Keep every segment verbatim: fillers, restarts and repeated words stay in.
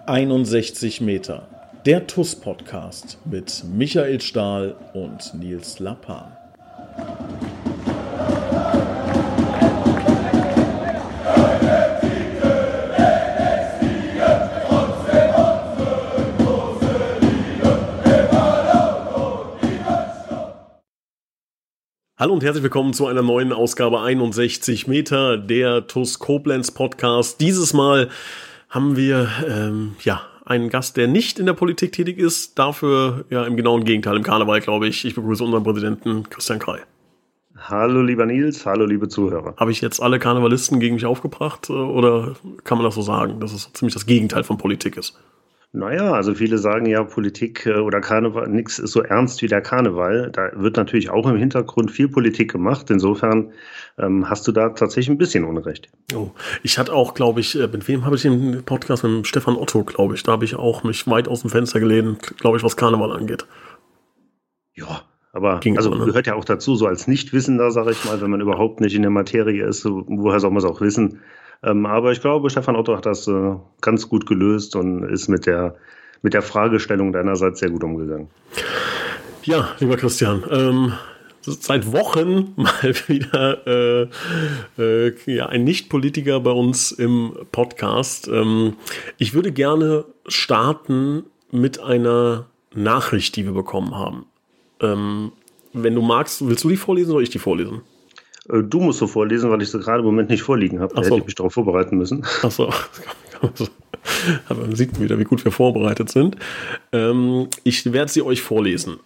einundsechzig Meter, der T U S-Podcast mit Michael Stahl und Nils Lappan. Hallo und herzlich willkommen zu einer neuen Ausgabe einundsechzig Meter, der T U S Koblenz Podcast. Dieses Mal haben wir ähm, ja einen Gast, der nicht in der Politik tätig ist, dafür ja im genauen Gegenteil, im Karneval, glaube ich. Ich begrüße unseren Präsidenten Christian Krei. Hallo lieber Nils, hallo liebe Zuhörer. Habe ich jetzt alle Karnevalisten gegen mich aufgebracht oder kann man das so sagen, dass es ziemlich das Gegenteil von Politik ist? Naja, also viele sagen ja, Politik oder Karneval, nichts ist so ernst wie der Karneval. Da wird natürlich auch im Hintergrund viel Politik gemacht. Insofern ähm, hast du da tatsächlich ein bisschen Unrecht. Oh, ich hatte auch, glaube ich, mit wem habe ich den Podcast? Mit Stefan Otto, glaube ich. Da habe ich auch mich weit aus dem Fenster gelehnt, glaube ich, was Karneval angeht. Ja, aber Ging also so, ne? Gehört ja auch dazu, so als Nichtwissender, sage ich mal, wenn man überhaupt nicht in der Materie ist, so, woher soll man es auch wissen? Ähm, aber ich glaube, Stefan Otto hat das äh, ganz gut gelöst und ist mit der, mit der Fragestellung deinerseits sehr gut umgegangen. Ja, lieber Christian, ähm, seit Wochen mal wieder äh, äh, ja, ein Nicht-Politiker bei uns im Podcast. Ähm, ich würde gerne starten mit einer Nachricht, die wir bekommen haben. Ähm, wenn du magst, willst du die vorlesen oder soll ich die vorlesen? Du musst so vorlesen, weil ich sie gerade im Moment nicht vorliegen habe. Da so. hätte ich mich darauf vorbereiten müssen. Ach so. Aber man sieht wieder, wie gut wir vorbereitet sind. Ähm, ich werde sie euch vorlesen.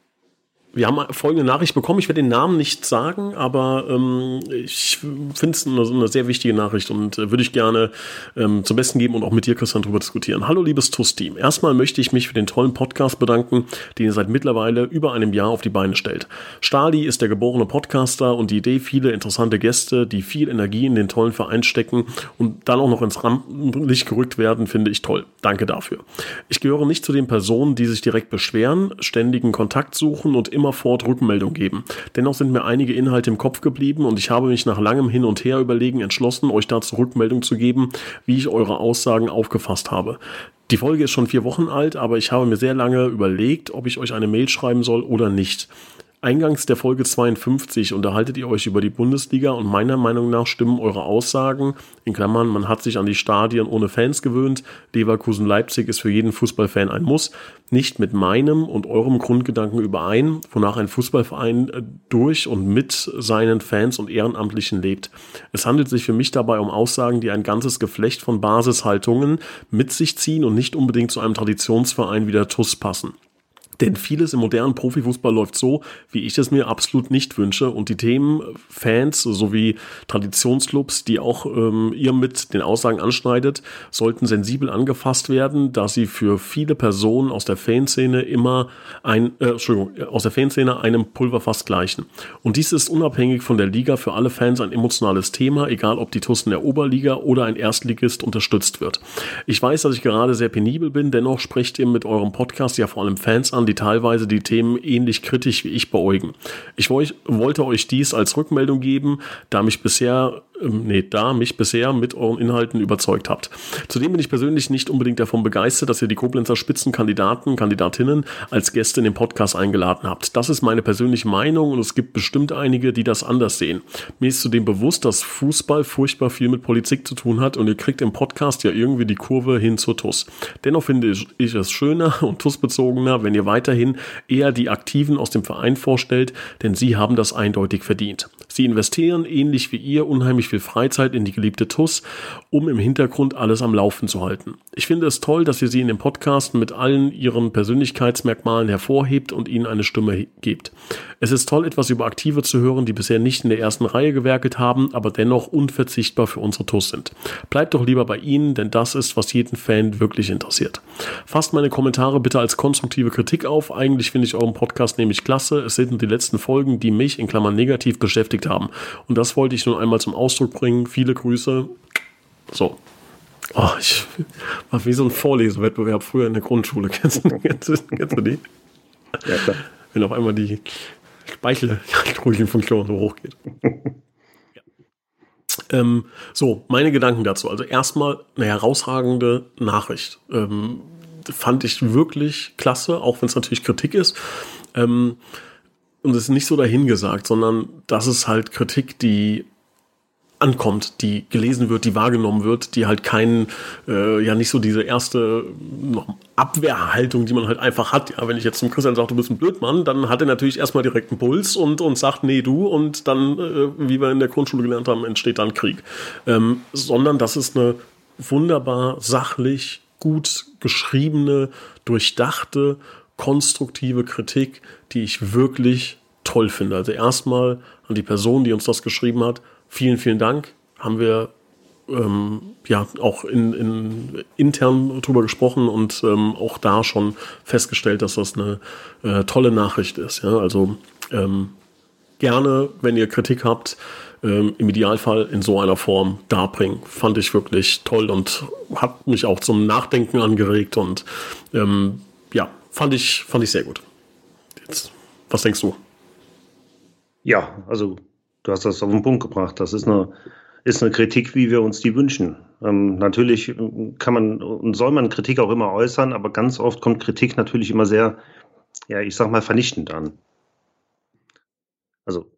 Wir haben folgende Nachricht bekommen. Ich werde den Namen nicht sagen, aber ähm, ich finde es eine, eine sehr wichtige Nachricht und äh, würde ich gerne ähm, zum Besten geben und auch mit dir, Christian, darüber diskutieren. Hallo, liebes T U S-Team. Erstmal möchte ich mich für den tollen Podcast bedanken, den ihr seit mittlerweile über einem Jahr auf die Beine stellt. Stahli ist der geborene Podcaster und die Idee, viele interessante Gäste, die viel Energie in den tollen Verein stecken und dann auch noch ins Rampenlicht gerückt werden, finde ich toll. Danke dafür. Ich gehöre nicht zu den Personen, die sich direkt beschweren, ständigen Kontakt suchen und immer immerfort Rückmeldung geben. Dennoch sind mir einige Inhalte im Kopf geblieben und ich habe mich nach langem Hin und Her überlegen entschlossen, euch dazu Rückmeldung zu geben, wie ich eure Aussagen aufgefasst habe. Die Folge ist schon vier Wochen alt, aber ich habe mir sehr lange überlegt, ob ich euch eine Mail schreiben soll oder nicht. Eingangs der Folge zweiundfünfzig unterhaltet ihr euch über die Bundesliga und meiner Meinung nach stimmen eure Aussagen, in Klammern, man hat sich an die Stadien ohne Fans gewöhnt, Leverkusen-Leipzig ist für jeden Fußballfan ein Muss, nicht mit meinem und eurem Grundgedanken überein, wonach ein Fußballverein durch und mit seinen Fans und Ehrenamtlichen lebt. Es handelt sich für mich dabei um Aussagen, die ein ganzes Geflecht von Basishaltungen mit sich ziehen und nicht unbedingt zu einem Traditionsverein wie der T U S passen. Denn vieles im modernen Profifußball läuft so, wie ich es mir absolut nicht wünsche. Und die Themen Fans sowie Traditionsclubs, die auch ähm, ihr mit den Aussagen anschneidet, sollten sensibel angefasst werden, da sie für viele Personen aus der Fanszene immer ein, äh, Entschuldigung, aus der Fanszene einem Pulverfass gleichen. Und dies ist unabhängig von der Liga für alle Fans ein emotionales Thema, egal ob die T U S in der Oberliga oder ein Erstligist unterstützt wird. Ich weiß, dass ich gerade sehr penibel bin, dennoch sprecht ihr mit eurem Podcast ja vor allem Fans an, die teilweise die Themen ähnlich kritisch wie ich beäugen. Ich wollte euch dies als Rückmeldung geben, da mich bisher, ähm, nee, da mich bisher mit euren Inhalten überzeugt habt. Zudem bin ich persönlich nicht unbedingt davon begeistert, dass ihr die Koblenzer Spitzenkandidaten, Kandidatinnen als Gäste in den Podcast eingeladen habt. Das ist meine persönliche Meinung und es gibt bestimmt einige, die das anders sehen. Mir ist zudem bewusst, dass Fußball furchtbar viel mit Politik zu tun hat und ihr kriegt im Podcast ja irgendwie die Kurve hin zur T U S. Dennoch finde ich es schöner und T U S-bezogener, wenn ihr weiter weiterhin eher die Aktiven aus dem Verein vorstellt, denn sie haben das eindeutig verdient. Sie investieren, ähnlich wie ihr, unheimlich viel Freizeit in die geliebte T U S, um im Hintergrund alles am Laufen zu halten. Ich finde es toll, dass ihr sie in dem Podcast mit allen ihren Persönlichkeitsmerkmalen hervorhebt und ihnen eine Stimme gebt. Es ist toll, etwas über Aktive zu hören, die bisher nicht in der ersten Reihe gewerkelt haben, aber dennoch unverzichtbar für unsere T U S sind. Bleibt doch lieber bei ihnen, denn das ist, was jeden Fan wirklich interessiert. Fasst meine Kommentare bitte als konstruktive Kritik auf. Eigentlich finde ich euren Podcast nämlich klasse. Es sind die letzten Folgen, die mich in Klammern negativ beschäftigt haben. Und das wollte ich nun einmal zum Ausdruck bringen. Viele Grüße. So. Oh, ich war wie so ein Vorlesewettbewerb früher in der Grundschule. Kennst du, kennst du, kennst du die? Ja, klar. Wenn auf einmal die Speicheltrödelfunktion so hochgeht. Ja. Ähm, so, meine Gedanken dazu. Also erstmal eine herausragende Nachricht. Ähm, fand ich wirklich klasse, auch wenn es natürlich Kritik ist. Ähm, und es ist nicht so dahingesagt, sondern das ist halt Kritik, die ankommt, die gelesen wird, die wahrgenommen wird, die halt keinen, äh, ja nicht so diese erste noch Abwehrhaltung, die man halt einfach hat. Ja, wenn ich jetzt zum Christian sage, du bist ein Blödmann, dann hat er natürlich erstmal direkt einen Puls und, und sagt, nee, du, und dann, äh, wie wir in der Grundschule gelernt haben, entsteht dann Krieg. Ähm, sondern das ist eine wunderbar sachlich, gut geschriebene, durchdachte, konstruktive Kritik, die ich wirklich toll finde. Also erstmal an die Person, die uns das geschrieben hat, vielen, vielen Dank. Haben wir ähm, ja auch in, in, intern drüber gesprochen und ähm, auch da schon festgestellt, dass das eine äh, tolle Nachricht ist. Ja? Also ähm, gerne, wenn ihr Kritik habt, ähm, im Idealfall in so einer Form darbringen. Fand ich wirklich toll und hat mich auch zum Nachdenken angeregt und ähm, ja, fand ich, fand ich sehr gut. Jetzt, was denkst du? Ja, also du hast das auf den Punkt gebracht. Das ist eine, ist eine Kritik, wie wir uns die wünschen. Ähm, natürlich kann man und soll man Kritik auch immer äußern, aber ganz oft kommt Kritik natürlich immer sehr, ja, ich sag mal, vernichtend an. Also,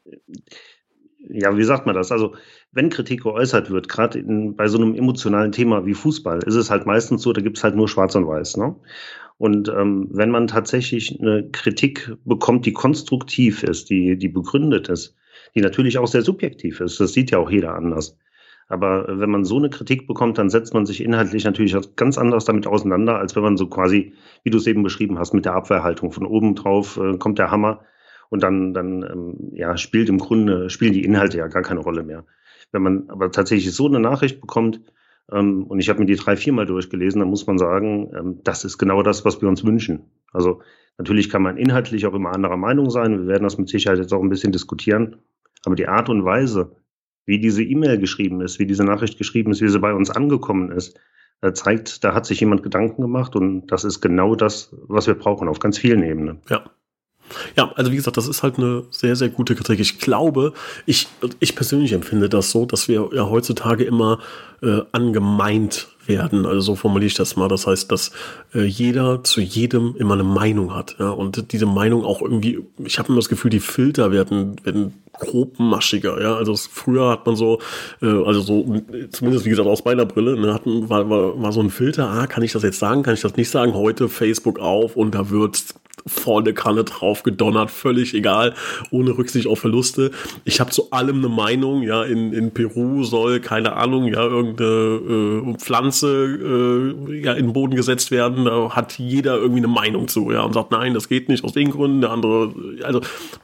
ja, wie sagt man das? Also, wenn Kritik geäußert wird, gerade bei so einem emotionalen Thema wie Fußball, ist es halt meistens so, da gibt es halt nur Schwarz und Weiß, ne? Und ähm, wenn man tatsächlich eine Kritik bekommt, die konstruktiv ist, die, die begründet ist, die natürlich auch sehr subjektiv ist, das sieht ja auch jeder anders. Aber wenn man so eine Kritik bekommt, dann setzt man sich inhaltlich natürlich ganz anders damit auseinander, als wenn man so quasi, wie du es eben beschrieben hast, mit der Abwehrhaltung von oben drauf äh, kommt der Hammer und dann, dann ähm, ja, spielt im Grunde, spielen die Inhalte ja gar keine Rolle mehr. Wenn man aber tatsächlich so eine Nachricht bekommt, ähm, und ich habe mir die drei, viermal durchgelesen, dann muss man sagen, ähm, das ist genau das, was wir uns wünschen. Also natürlich kann man inhaltlich auch immer anderer Meinung sein. Wir werden das mit Sicherheit jetzt auch ein bisschen diskutieren. Aber die Art und Weise, wie diese E-Mail geschrieben ist, wie diese Nachricht geschrieben ist, wie sie bei uns angekommen ist, äh, zeigt, da hat sich jemand Gedanken gemacht und das ist genau das, was wir brauchen, auf ganz vielen Ebenen. Ja. Ja, also wie gesagt, das ist halt eine sehr, sehr gute Kritik. Ich glaube, ich, ich persönlich empfinde das so, dass wir ja heutzutage immer äh, angemeint werden. Also so formuliere ich das mal. Das heißt, dass äh, jeder zu jedem immer eine Meinung hat. Ja? Und diese Meinung auch irgendwie, ich habe immer das Gefühl, die Filter werden, werden grobmaschiger. Ja? Also früher hat man so, äh, also so, zumindest wie gesagt aus meiner Brille, ne, hatten, war, war, war so ein Filter, ah, kann ich das jetzt sagen, kann ich das nicht sagen? Heute Facebook auf und da wird volle Kanne drauf gedonnert, völlig egal, ohne Rücksicht auf Verluste. Ich habe zu allem eine Meinung, ja, in, in Peru soll, keine Ahnung, ja, irgendeine äh, Pflanze äh, ja, in den Boden gesetzt werden, da hat jeder irgendwie eine Meinung zu, ja, und sagt, nein, das geht nicht aus den Gründen, der andere, also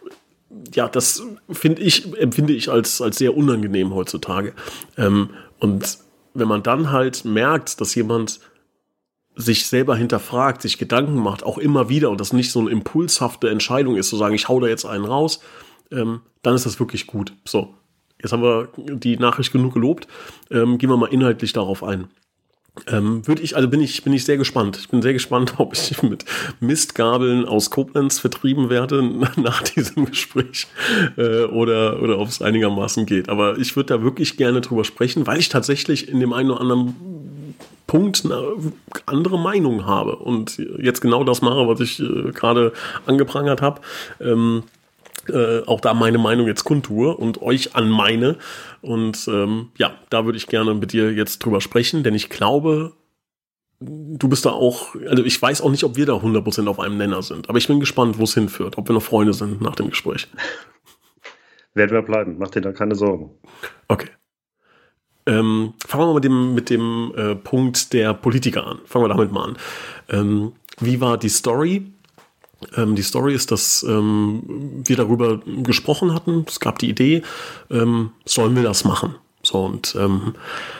ja, das finde ich, empfinde ich als, als sehr unangenehm heutzutage. Ähm, und wenn man dann halt merkt, dass jemand sich selber hinterfragt, sich Gedanken macht, auch immer wieder, und das nicht so eine impulshafte Entscheidung ist, zu sagen, ich hau da jetzt einen raus, ähm, dann ist das wirklich gut. So, jetzt haben wir die Nachricht genug gelobt, ähm, gehen wir mal inhaltlich darauf ein. Ähm, würde ich, also bin ich, bin ich sehr gespannt. Ich bin sehr gespannt, ob ich mit Mistgabeln aus Koblenz vertrieben werde nach diesem Gespräch äh, oder, oder ob es einigermaßen geht. Aber ich würde da wirklich gerne drüber sprechen, weil ich tatsächlich in dem einen oder anderen Punkt eine andere Meinung habe und jetzt genau das mache, was ich äh, gerade angeprangert habe. Ähm, Äh, auch da meine Meinung jetzt kundtue und euch an meine. Und ähm, ja, da würde ich gerne mit dir jetzt drüber sprechen, denn ich glaube, du bist da auch, also ich weiß auch nicht, ob wir da hundert Prozent auf einem Nenner sind, aber ich bin gespannt, wo es hinführt, ob wir noch Freunde sind nach dem Gespräch. Werden wir bleiben, mach dir da keine Sorgen. Okay. Ähm, fangen wir mal mit dem, mit dem äh, Punkt der Politiker an. Fangen wir damit mal an. Ähm, wie war die Story? Ähm, die Story ist, dass ähm, wir darüber gesprochen hatten. Es gab die Idee, ähm, sollen wir das machen? So, und ähm,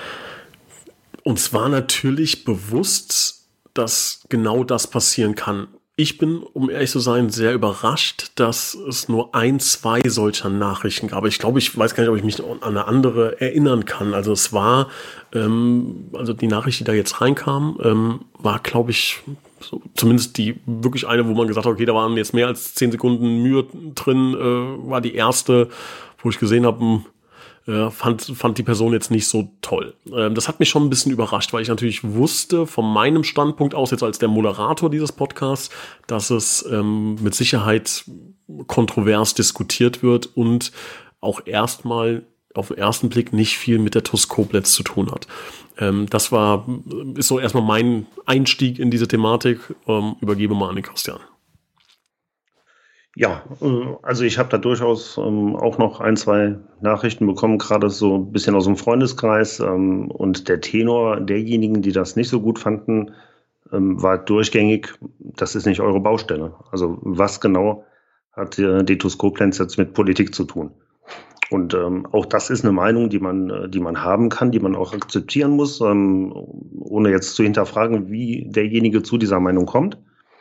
uns war natürlich bewusst, dass genau das passieren kann. Ich bin, um ehrlich zu sein, sehr überrascht, dass es nur ein, zwei solcher Nachrichten gab. Ich glaube, ich weiß gar nicht, ob ich mich an eine andere erinnern kann. Also es war, ähm, also die Nachricht, die da jetzt reinkam, ähm, war, glaube ich, so, zumindest die wirklich eine, wo man gesagt hat, okay, da waren jetzt mehr als zehn Sekunden Mühe drin, äh, war die erste, wo ich gesehen habe, äh, fand, fand die Person jetzt nicht so toll. Ähm, das hat mich schon ein bisschen überrascht, weil ich natürlich wusste, von meinem Standpunkt aus, jetzt als der Moderator dieses Podcasts, dass es ähm, mit Sicherheit kontrovers diskutiert wird und auch erstmal auf den ersten Blick nicht viel mit der T U S Koblenz zu tun hat. Ähm, das war, ist so erstmal mein Einstieg in diese Thematik. Ähm, übergebe mal an den Christian. Ja, also ich habe da durchaus ähm, auch noch ein, zwei Nachrichten bekommen, gerade so ein bisschen aus dem Freundeskreis. Ähm, und der Tenor derjenigen, die das nicht so gut fanden, ähm, war durchgängig, das ist nicht eure Baustelle. Also was genau hat äh, die T U S Koblenz jetzt mit Politik zu tun? Und ähm, auch das ist eine Meinung, die man, die man haben kann, die man auch akzeptieren muss, ähm, ohne jetzt zu hinterfragen, wie derjenige zu dieser Meinung kommt.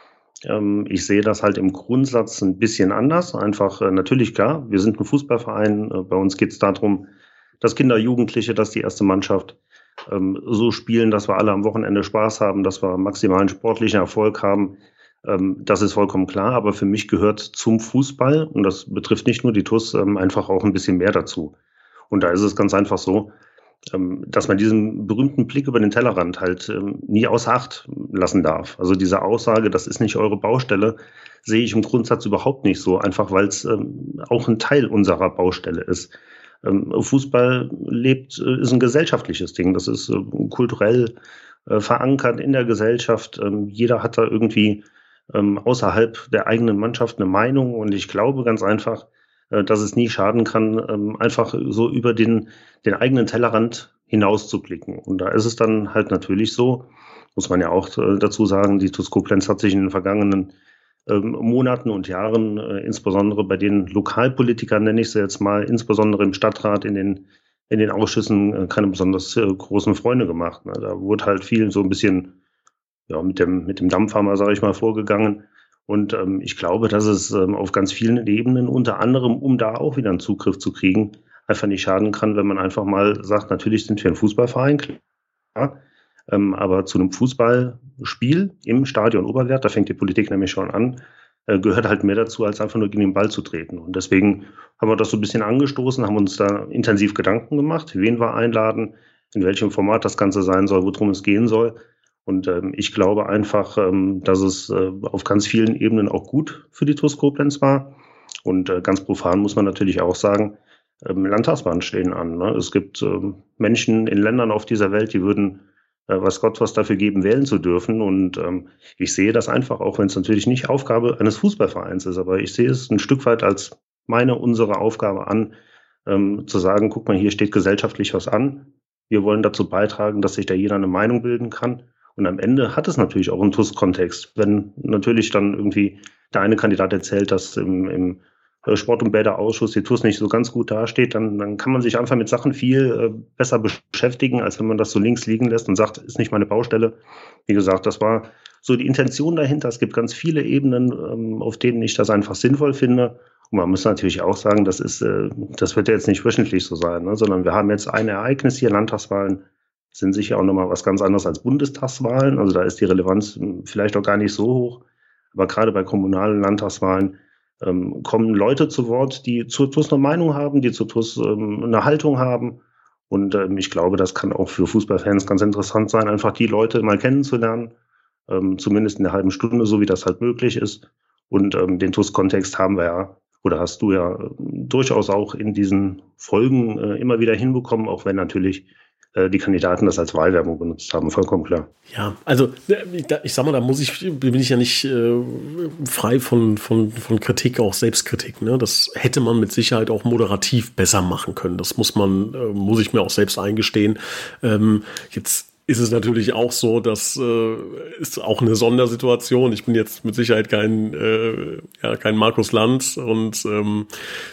Ähm, ich sehe das halt im Grundsatz ein bisschen anders. Einfach, äh, natürlich klar, wir sind ein Fußballverein. Äh, bei uns geht es darum, dass Kinder, Jugendliche, dass die erste Mannschaft ähm, so spielen, dass wir alle am Wochenende Spaß haben, dass wir maximalen sportlichen Erfolg haben. Ähm, das ist vollkommen klar, aber für mich gehört zum Fußball, und das betrifft nicht nur die T U S, ähm, einfach auch ein bisschen mehr dazu. Und da ist es ganz einfach so, ähm, dass man diesen berühmten Blick über den Tellerrand halt ähm, nie außer Acht lassen darf. Also diese Aussage, das ist nicht eure Baustelle, sehe ich im Grundsatz überhaupt nicht so, einfach weil es ähm, auch ein Teil unserer Baustelle ist. Ähm, Fußball lebt, äh, ist ein gesellschaftliches Ding, das ist äh, kulturell äh, verankert in der Gesellschaft. Ähm, jeder hat da irgendwie ähm, außerhalb der eigenen Mannschaft eine Meinung, und ich glaube ganz einfach, äh, dass es nie schaden kann, ähm, einfach so über den, den eigenen Tellerrand hinaus zu blicken. Und da ist es dann halt natürlich so, muss man ja auch äh, dazu sagen, die T U S Koblenz hat sich in den vergangenen ähm, Monaten und Jahren, äh, insbesondere bei den Lokalpolitikern, nenne ich sie jetzt mal, insbesondere im Stadtrat, in den, in den Ausschüssen, äh, keine besonders äh, großen Freunde gemacht. Ne? Da wurde halt viel so ein bisschen ja, mit dem, mit dem Dampfhammer, sage ich mal, vorgegangen. Und ähm, ich glaube, dass es ähm, auf ganz vielen Ebenen, unter anderem, um da auch wieder einen Zugriff zu kriegen, einfach nicht schaden kann, wenn man einfach mal sagt, natürlich sind wir ein Fußballverein, klar, ähm, aber zu einem Fußballspiel im Stadion Oberwert, da fängt die Politik nämlich schon an, äh, gehört halt mehr dazu, als einfach nur gegen den Ball zu treten. Und deswegen haben wir das so ein bisschen angestoßen, haben uns da intensiv Gedanken gemacht, wen wir einladen, in welchem Format das Ganze sein soll, worum es gehen soll. Und ähm, ich glaube einfach, ähm, dass es äh, auf ganz vielen Ebenen auch gut für die T U S Koblenz war. Und äh, ganz profan muss man natürlich auch sagen, ähm, Landtagswahlen stehen an. Ne? Es gibt ähm, Menschen in Ländern auf dieser Welt, die würden, äh, weiß Gott, was dafür geben, wählen zu dürfen. Und ähm, ich sehe das einfach, auch wenn es natürlich nicht Aufgabe eines Fußballvereins ist, aber ich sehe es ein Stück weit als meine, unsere Aufgabe an, ähm, zu sagen, guck mal, hier steht gesellschaftlich was an. Wir wollen dazu beitragen, dass sich da jeder eine Meinung bilden kann. Und am Ende hat es natürlich auch einen T U S-Kontext. Wenn natürlich dann irgendwie der eine Kandidat erzählt, dass im, im Sport- und Bäderausschuss die T U S nicht so ganz gut dasteht, dann, dann kann man sich einfach mit Sachen viel äh, besser beschäftigen, als wenn man das so links liegen lässt und sagt, ist nicht meine Baustelle. Wie gesagt, das war so die Intention dahinter. Es gibt ganz viele Ebenen, ähm, auf denen ich das einfach sinnvoll finde. Und man muss natürlich auch sagen, das ist, äh, das wird ja jetzt nicht wöchentlich so sein, ne? Sondern wir haben jetzt ein Ereignis hier, Landtagswahlen, sind sicher auch nochmal was ganz anderes als Bundestagswahlen. Also da ist die Relevanz vielleicht auch gar nicht so hoch. Aber gerade bei kommunalen Landtagswahlen ähm, kommen Leute zu Wort, die zur T U S eine Meinung haben, die zur T U S ähm, eine Haltung haben. Und ähm, ich glaube, das kann auch für Fußballfans ganz interessant sein, einfach die Leute mal kennenzulernen, ähm, zumindest in einer halben Stunde, so wie das halt möglich ist. Und ähm, den T U S-Kontext haben wir ja, oder hast du ja äh, durchaus auch in diesen Folgen äh, immer wieder hinbekommen, auch wenn natürlich die Kandidaten das als Wahlwerbung benutzt haben, vollkommen klar. Ja, also ich sag mal, da muss ich, bin ich ja nicht äh, frei von, von, von Kritik, auch Selbstkritik. Ne? Das hätte man mit Sicherheit auch moderativ besser machen können. Das muss man, äh, muss ich mir auch selbst eingestehen. Ähm, jetzt ist es natürlich auch so, dass äh, ist auch eine Sondersituation. Ich bin jetzt mit Sicherheit kein, äh, ja, kein Markus Lanz und ähm,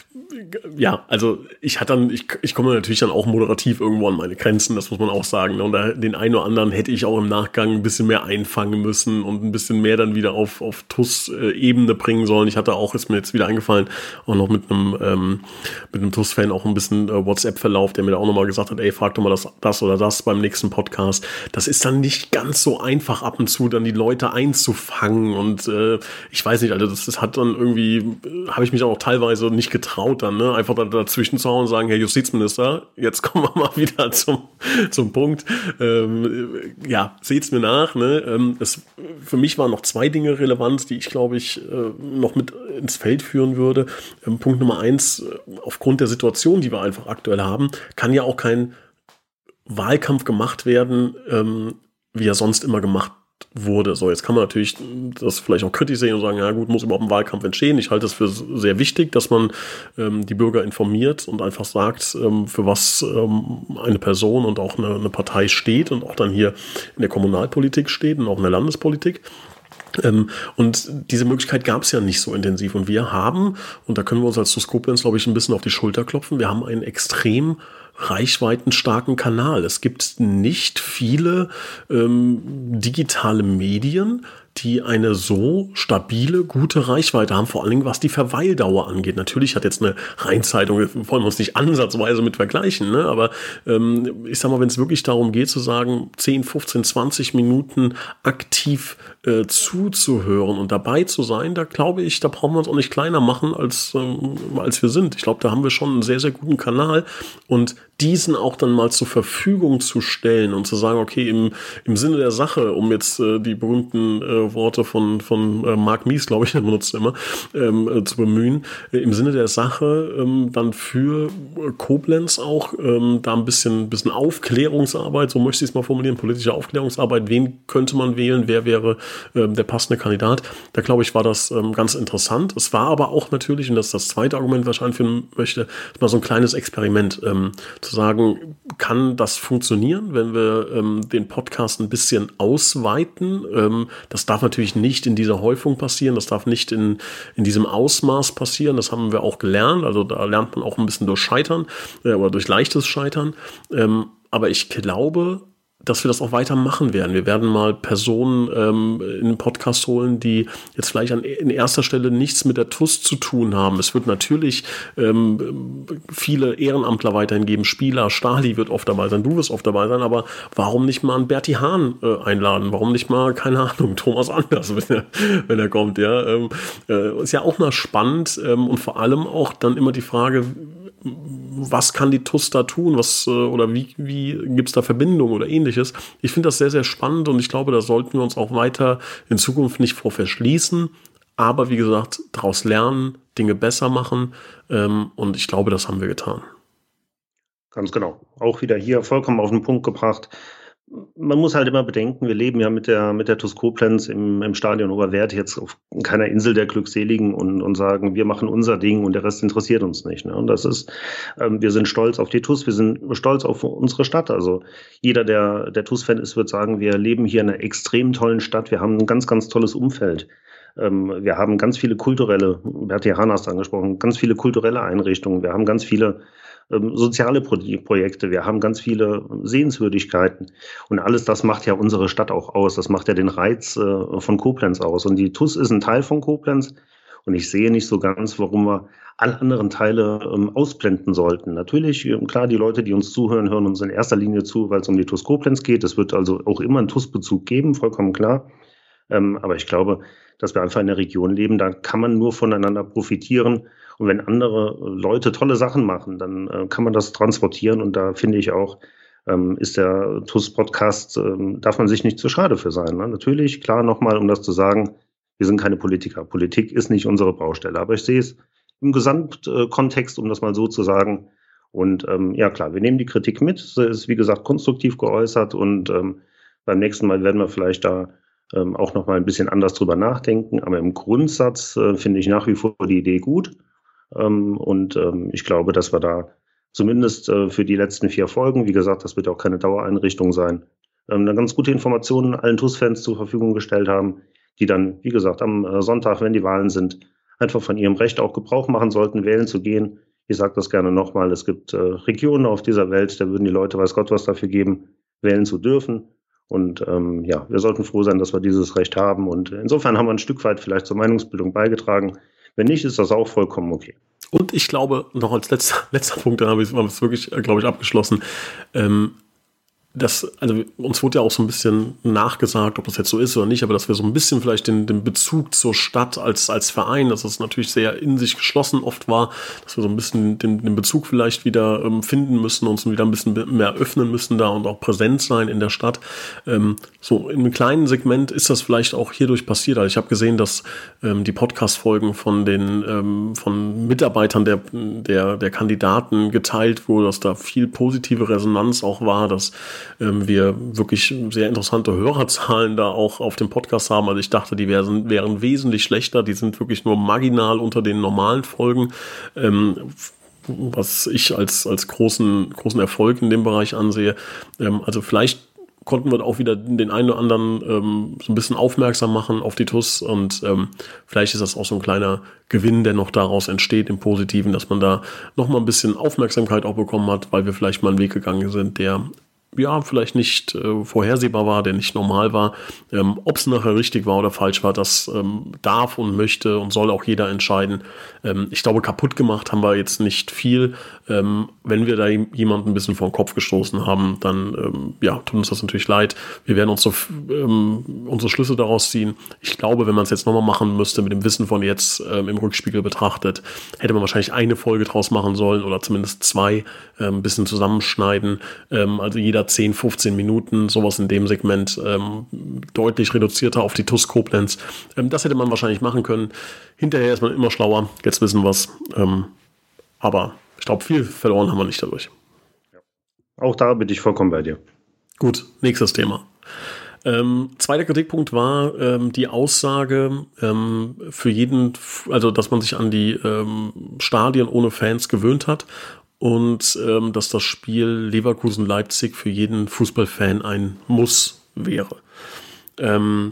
ja, also ich hatte dann, ich, ich komme natürlich dann auch moderativ irgendwo an meine Grenzen, das muss man auch sagen. Und da, den einen oder anderen hätte ich auch im Nachgang ein bisschen mehr einfangen müssen und ein bisschen mehr dann wieder auf, auf T U S-Ebene bringen sollen. Ich hatte auch, ist mir jetzt wieder eingefallen, auch noch mit einem, ähm, mit einem T U S-Fan auch ein bisschen äh, WhatsApp-Verlauf, der mir da auch nochmal gesagt hat, ey, frag doch mal das, das oder das beim nächsten Podcast. Das ist dann nicht ganz so einfach ab und zu, dann die Leute einzufangen und äh, ich weiß nicht, also das, das hat dann irgendwie, äh, habe ich mich auch teilweise nicht getraut, dran, ne? Einfach da, dazwischen zu hauen und sagen, Herr Justizminister, jetzt kommen wir mal wieder zum, zum Punkt. Ähm, ja, seht's mir nach, ne? Ähm, es, für mich waren noch zwei Dinge relevant, die ich, glaube ich, äh, noch mit ins Feld führen würde. Ähm, Punkt Nummer eins, aufgrund der Situation, die wir einfach aktuell haben, kann ja auch kein Wahlkampf gemacht werden, ähm, wie er sonst immer gemacht wurde. So, jetzt kann man natürlich das vielleicht auch kritisch sehen und sagen, ja gut, muss überhaupt ein Wahlkampf entstehen. Ich halte es für sehr wichtig, dass man ähm, die Bürger informiert und einfach sagt, ähm, für was ähm, eine Person und auch eine, eine Partei steht und auch dann hier in der Kommunalpolitik steht und auch in der Landespolitik. Ähm, und diese Möglichkeit gab es ja nicht so intensiv. Und wir haben, und da können wir uns als TuS Koblenz, glaube ich, ein bisschen auf die Schulter klopfen, wir haben einen extrem reichweitenstarken Kanal. Es gibt nicht viele ähm, digitale Medien, die eine so stabile, gute Reichweite haben, vor allen Dingen was die Verweildauer angeht. Natürlich hat jetzt eine Rheinzeitung, wir wollen uns nicht ansatzweise mit vergleichen, ne? Aber ähm, ich sag mal, wenn es wirklich darum geht zu sagen, zehn, fünfzehn, zwanzig Minuten aktiv äh, zuzuhören und dabei zu sein, da glaube ich, da brauchen wir uns auch nicht kleiner machen, als, ähm, als wir sind. Ich glaube, da haben wir schon einen sehr, sehr guten Kanal und diesen auch dann mal zur Verfügung zu stellen und zu sagen, okay, im, im Sinne der Sache, um jetzt äh, die berühmten äh, Worte von, von äh, Mark Mies, glaube ich, der benutzt immer, ähm, äh, zu bemühen, äh, im Sinne der Sache ähm, dann für äh, Koblenz auch ähm, da ein bisschen, bisschen Aufklärungsarbeit, so möchte ich es mal formulieren, politische Aufklärungsarbeit, wen könnte man wählen, wer wäre ähm, der passende Kandidat. Da glaube ich, war das ähm, ganz interessant. Es war aber auch natürlich, und das ist das zweite Argument, was ich anführen möchte, mal so ein kleines Experiment, ähm, zu sagen, kann das funktionieren, wenn wir ähm, den Podcast ein bisschen ausweiten? Ähm, das darf natürlich nicht in dieser Häufung passieren, das darf nicht in, in diesem Ausmaß passieren, das haben wir auch gelernt, also da lernt man auch ein bisschen durch Scheitern äh, oder durch leichtes Scheitern, ähm, aber ich glaube, dass wir das auch weitermachen werden. Wir werden mal Personen ähm, in den Podcast holen, die jetzt vielleicht an, in erster Stelle nichts mit der TuS zu tun haben. Es wird natürlich ähm, viele Ehrenamtler weiterhin geben. Spieler, Stahli wird oft dabei sein, du wirst oft dabei sein, aber warum nicht mal einen Berti Hahn äh, einladen? Warum nicht mal, keine Ahnung, Thomas Anders, wenn er, wenn er kommt? Ja, ähm, äh, ist ja auch mal spannend ähm, und vor allem auch dann immer die Frage, was kann die TuS da tun, was oder wie, wie gibt es da Verbindungen oder ähnliches. Ich finde das sehr, sehr spannend und ich glaube, da sollten wir uns auch weiter in Zukunft nicht vor verschließen, aber wie gesagt, daraus lernen, Dinge besser machen ähm, und ich glaube, das haben wir getan. Ganz genau. Auch wieder hier vollkommen auf den Punkt gebracht. Man muss halt immer bedenken, wir leben ja mit der, mit der TuS Koblenz im, im Stadion Oberwerth jetzt auf keiner Insel der Glückseligen und, und sagen, wir machen unser Ding und der Rest interessiert uns nicht. Ne? Und das ist, ähm, wir sind stolz auf die TuS, wir sind stolz auf unsere Stadt. Also jeder, der, der TuS-Fan ist, wird sagen, wir leben hier in einer extrem tollen Stadt, wir haben ein ganz, ganz tolles Umfeld. Ähm, wir haben ganz viele kulturelle, Berti Hahn hast du angesprochen, ganz viele kulturelle Einrichtungen, wir haben ganz viele soziale Projekte, wir haben ganz viele Sehenswürdigkeiten und alles das macht ja unsere Stadt auch aus, das macht ja den Reiz äh, von Koblenz aus und die TuS ist ein Teil von Koblenz und ich sehe nicht so ganz, warum wir alle anderen Teile ähm, ausblenden sollten. Natürlich, klar, die Leute, die uns zuhören, hören uns in erster Linie zu, weil es um die TuS Koblenz geht, es wird also auch immer einen TuS-Bezug geben, vollkommen klar, ähm, aber ich glaube, dass wir einfach in der Region leben, da kann man nur voneinander profitieren. Und wenn andere Leute tolle Sachen machen, dann äh, kann man das transportieren. Und da finde ich auch, ähm, ist der TuS-Podcast, ähm, darf man sich nicht zu schade für sein. Ne? Natürlich, klar, nochmal, um das zu sagen, wir sind keine Politiker. Politik ist nicht unsere Baustelle. Aber ich sehe es im Gesamtkontext, um das mal so zu sagen. Und ähm, ja, klar, wir nehmen die Kritik mit. Es ist, wie gesagt, konstruktiv geäußert. Und ähm, beim nächsten Mal werden wir vielleicht da ähm, auch nochmal ein bisschen anders drüber nachdenken. Aber im Grundsatz äh, finde ich nach wie vor die Idee gut. Ähm, und ähm, ich glaube, dass wir da zumindest äh, für die letzten vier Folgen, wie gesagt, das wird auch keine Dauereinrichtung sein, ähm, eine ganz gute Informationen allen TuS-Fans zur Verfügung gestellt haben, die dann, wie gesagt, am äh, Sonntag, wenn die Wahlen sind, einfach von ihrem Recht auch Gebrauch machen sollten, wählen zu gehen. Ich sage das gerne nochmal, es gibt äh, Regionen auf dieser Welt, da würden die Leute, weiß Gott, was dafür geben, wählen zu dürfen. Und ähm, ja, wir sollten froh sein, dass wir dieses Recht haben. Und insofern haben wir ein Stück weit vielleicht zur Meinungsbildung beigetragen. Wenn nicht, ist das auch vollkommen okay. Und ich glaube, noch als letzter, letzter Punkt, dann habe ich es wirklich, glaube ich, abgeschlossen, ähm, das, also uns wurde ja auch so ein bisschen nachgesagt, ob das jetzt so ist oder nicht, aber dass wir so ein bisschen vielleicht den, den Bezug zur Stadt als, als Verein, dass es natürlich sehr in sich geschlossen oft war, dass wir so ein bisschen den, den Bezug vielleicht wieder ähm, finden müssen, uns wieder ein bisschen mehr öffnen müssen da und auch präsent sein in der Stadt. Ähm, so in einem kleinen Segment ist das vielleicht auch hierdurch passiert. Also ich habe gesehen, dass ähm, die Podcast-Folgen von den ähm, von Mitarbeitern der, der, der Kandidaten geteilt wurde, dass da viel positive Resonanz auch war, dass ähm, wir wirklich sehr interessante Hörerzahlen da auch auf dem Podcast haben. Also ich dachte, die wären, wären wesentlich schlechter. Die sind wirklich nur marginal unter den normalen Folgen, ähm, was ich als, als großen, großen Erfolg in dem Bereich ansehe. Ähm, also vielleicht konnten wir auch wieder den einen oder anderen ähm, so ein bisschen aufmerksam machen auf die T U S und ähm, vielleicht ist das auch so ein kleiner Gewinn, der noch daraus entsteht im Positiven, dass man da noch mal ein bisschen Aufmerksamkeit auch bekommen hat, weil wir vielleicht mal einen Weg gegangen sind, der ja, vielleicht nicht äh, vorhersehbar war, der nicht normal war. Ähm, ob es nachher richtig war oder falsch war, das ähm, darf und möchte und soll auch jeder entscheiden. Ähm, ich glaube, kaputt gemacht haben wir jetzt nicht viel. Ähm, wenn wir da jemanden ein bisschen vor den Kopf gestoßen haben, dann ähm, ja, tut uns das natürlich leid. Wir werden uns so, ähm, unsere Schlüsse daraus ziehen. Ich glaube, wenn man es jetzt nochmal machen müsste, mit dem Wissen von jetzt ähm, im Rückspiegel betrachtet, hätte man wahrscheinlich eine Folge draus machen sollen oder zumindest zwei, ähm, ein bisschen zusammenschneiden. Ähm, also jeder zehn, fünfzehn Minuten, sowas in dem Segment, ähm, deutlich reduzierter auf die T U S Koblenz. Ähm, das hätte man wahrscheinlich machen können. Hinterher ist man immer schlauer. Jetzt wissen wir es. Ähm, aber ich glaube, viel verloren haben wir nicht dadurch. Auch da bin ich vollkommen bei dir. Gut, nächstes Thema. Ähm, zweiter Kritikpunkt war ähm, die Aussage ähm, für jeden, also dass man sich an die ähm, Stadien ohne Fans gewöhnt hat. Und ähm, dass das Spiel Leverkusen-Leipzig für jeden Fußballfan ein Muss wäre. Ähm,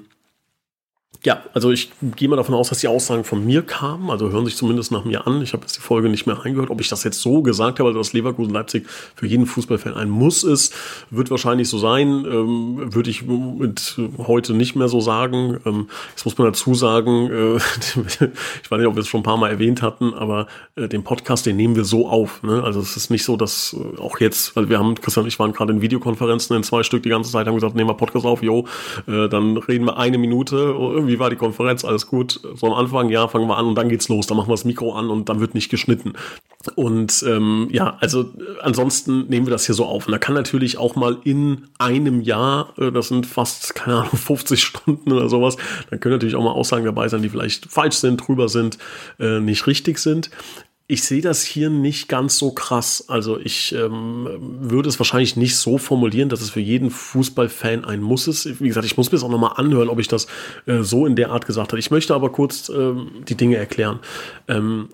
ja, also ich gehe mal davon aus, dass die Aussagen von mir kamen, also hören sich zumindest nach mir an. Ich habe jetzt die Folge nicht mehr reingehört. Ob ich das jetzt so gesagt habe, also dass Leverkusen-Leipzig für jeden Fußballfan ein Muss ist, wird wahrscheinlich so sein. Ähm, würde ich mit heute nicht mehr so sagen. Ähm, jetzt muss man dazu sagen, äh, ich weiß nicht, ob wir es schon ein paar Mal erwähnt hatten, aber äh, den Podcast, den nehmen wir so auf. Ne? Also es ist nicht so, dass äh, auch jetzt, weil wir haben, Christian und ich waren gerade in Videokonferenzen in zwei Stück die ganze Zeit, haben gesagt, nehmen wir Podcast auf, jo, äh, dann reden wir eine Minute, irgendwie wie war die Konferenz, alles gut. So am Anfang, ja, fangen wir an und dann geht's los. Dann machen wir das Mikro an und dann wird nicht geschnitten. Und ähm, ja, also äh, ansonsten nehmen wir das hier so auf. Und da kann natürlich auch mal in einem Jahr, äh, das sind fast, keine Ahnung, fünfzig Stunden oder sowas, dann können natürlich auch mal Aussagen dabei sein, die vielleicht falsch sind, drüber sind, äh, nicht richtig sind. Ich sehe das hier nicht ganz so krass. Also ich ähm, würde es wahrscheinlich nicht so formulieren, dass es für jeden Fußballfan ein Muss ist. Wie gesagt, ich muss mir das auch nochmal anhören, ob ich das äh, so in der Art gesagt habe. Ich möchte aber kurz ähm, die Dinge erklären. Ähm,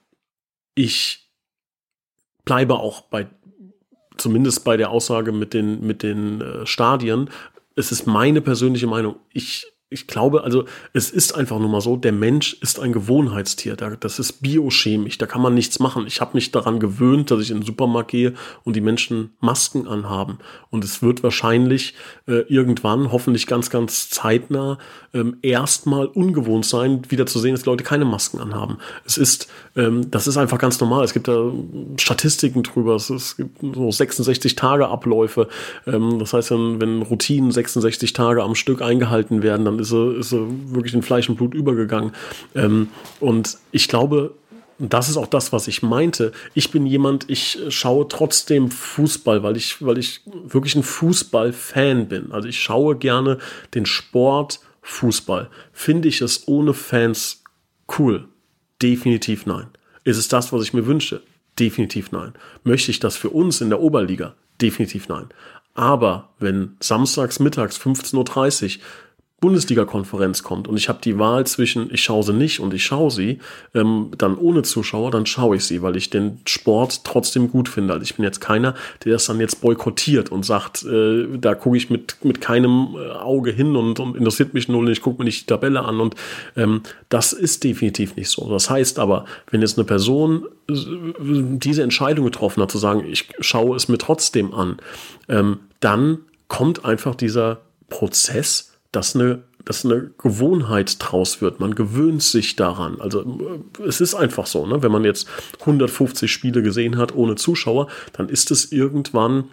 ich bleibe auch bei, zumindest bei der Aussage mit den, mit den äh, Stadien. Es ist meine persönliche Meinung. Ich Ich glaube, also es ist einfach nur mal so, der Mensch ist ein Gewohnheitstier. Das ist biochemisch, da kann man nichts machen. Ich habe mich daran gewöhnt, dass ich in den Supermarkt gehe und die Menschen Masken anhaben. Und es wird wahrscheinlich äh, irgendwann, hoffentlich ganz, ganz zeitnah, ähm, erstmal ungewohnt sein, wieder zu sehen, dass die Leute keine Masken anhaben. Es ist, ähm, das ist einfach ganz normal. Es gibt da Statistiken drüber. Es, es gibt so sechsundsechzig Tage Abläufe. Ähm, das heißt, wenn, wenn Routinen sechsundsechzig Tage am Stück eingehalten werden, dann ist er, ist er wirklich in Fleisch und Blut übergegangen. Ähm, und ich glaube, das ist auch das, was ich meinte. Ich bin jemand, ich schaue trotzdem Fußball, weil ich, weil ich wirklich ein Fußballfan bin. Also ich schaue gerne den Sport Fußball. Finde ich es ohne Fans cool? Definitiv nein. Ist es das, was ich mir wünsche? Definitiv nein. Möchte ich das für uns in der Oberliga? Definitiv nein. Aber wenn samstags mittags fünfzehn Uhr dreißig Bundesliga-Konferenz kommt und ich habe die Wahl zwischen, ich schaue sie nicht und ich schaue sie, ähm, dann ohne Zuschauer, dann schaue ich sie, weil ich den Sport trotzdem gut finde. Also ich bin jetzt keiner, der das dann jetzt boykottiert und sagt, äh, da gucke ich mit mit keinem äh, Auge hin und, und interessiert mich null und ich gucke mir nicht die Tabelle an und ähm, das ist definitiv nicht so. Das heißt aber, wenn jetzt eine Person äh, diese Entscheidung getroffen hat, zu sagen, ich schaue es mir trotzdem an, ähm, dann kommt einfach dieser Prozess, dass eine, dass eine Gewohnheit draus wird. Man gewöhnt sich daran. Also es ist einfach so, ne? Wenn man jetzt hundertfünfzig Spiele gesehen hat ohne Zuschauer, dann ist es irgendwann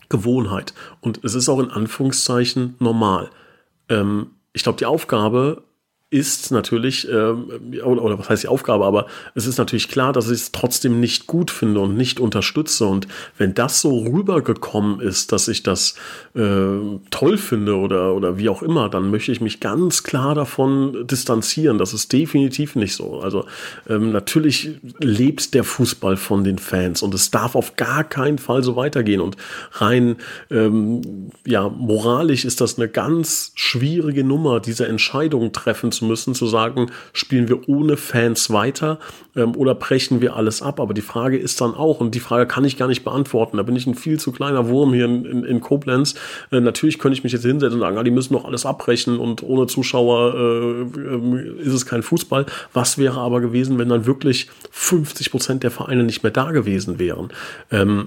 Gewohnheit. Und es ist auch in Anführungszeichen normal. Ähm, ich glaube, die Aufgabe ist natürlich, ähm, oder, oder was heißt die Aufgabe, aber es ist natürlich klar, dass ich es trotzdem nicht gut finde und nicht unterstütze. Und wenn das so rübergekommen ist, dass ich das äh, toll finde oder, oder wie auch immer, dann möchte ich mich ganz klar davon distanzieren. Das ist definitiv nicht so. Also ähm, natürlich lebt der Fußball von den Fans und es darf auf gar keinen Fall so weitergehen. Und rein ähm, ja, moralisch ist das eine ganz schwierige Nummer, diese Entscheidung treffen zu müssen, zu sagen, spielen wir ohne Fans weiter ähm, oder brechen wir alles ab. Aber die Frage ist dann auch, und die Frage kann ich gar nicht beantworten, da bin ich ein viel zu kleiner Wurm hier in, in, in Koblenz. Äh, natürlich könnte ich mich jetzt hinsetzen und sagen, ah, die müssen doch alles abbrechen und ohne Zuschauer äh, äh, ist es kein Fußball. Was wäre aber gewesen, wenn dann wirklich fünfzig Prozent der Vereine nicht mehr da gewesen wären? Ähm,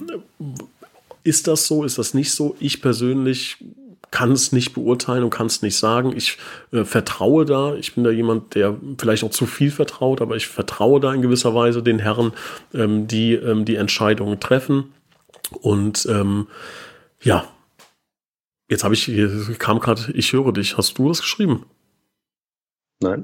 ist das so? Ist das nicht so? Ich persönlich kann es nicht beurteilen und kann es nicht sagen. Ich äh, vertraue da. Ich bin da jemand, der vielleicht auch zu viel vertraut, aber ich vertraue da in gewisser Weise den Herren, ähm, die ähm, die Entscheidungen treffen. Und ähm, ja, jetzt habe ich, hier kam gerade, ich höre dich. Hast du das geschrieben? Nein.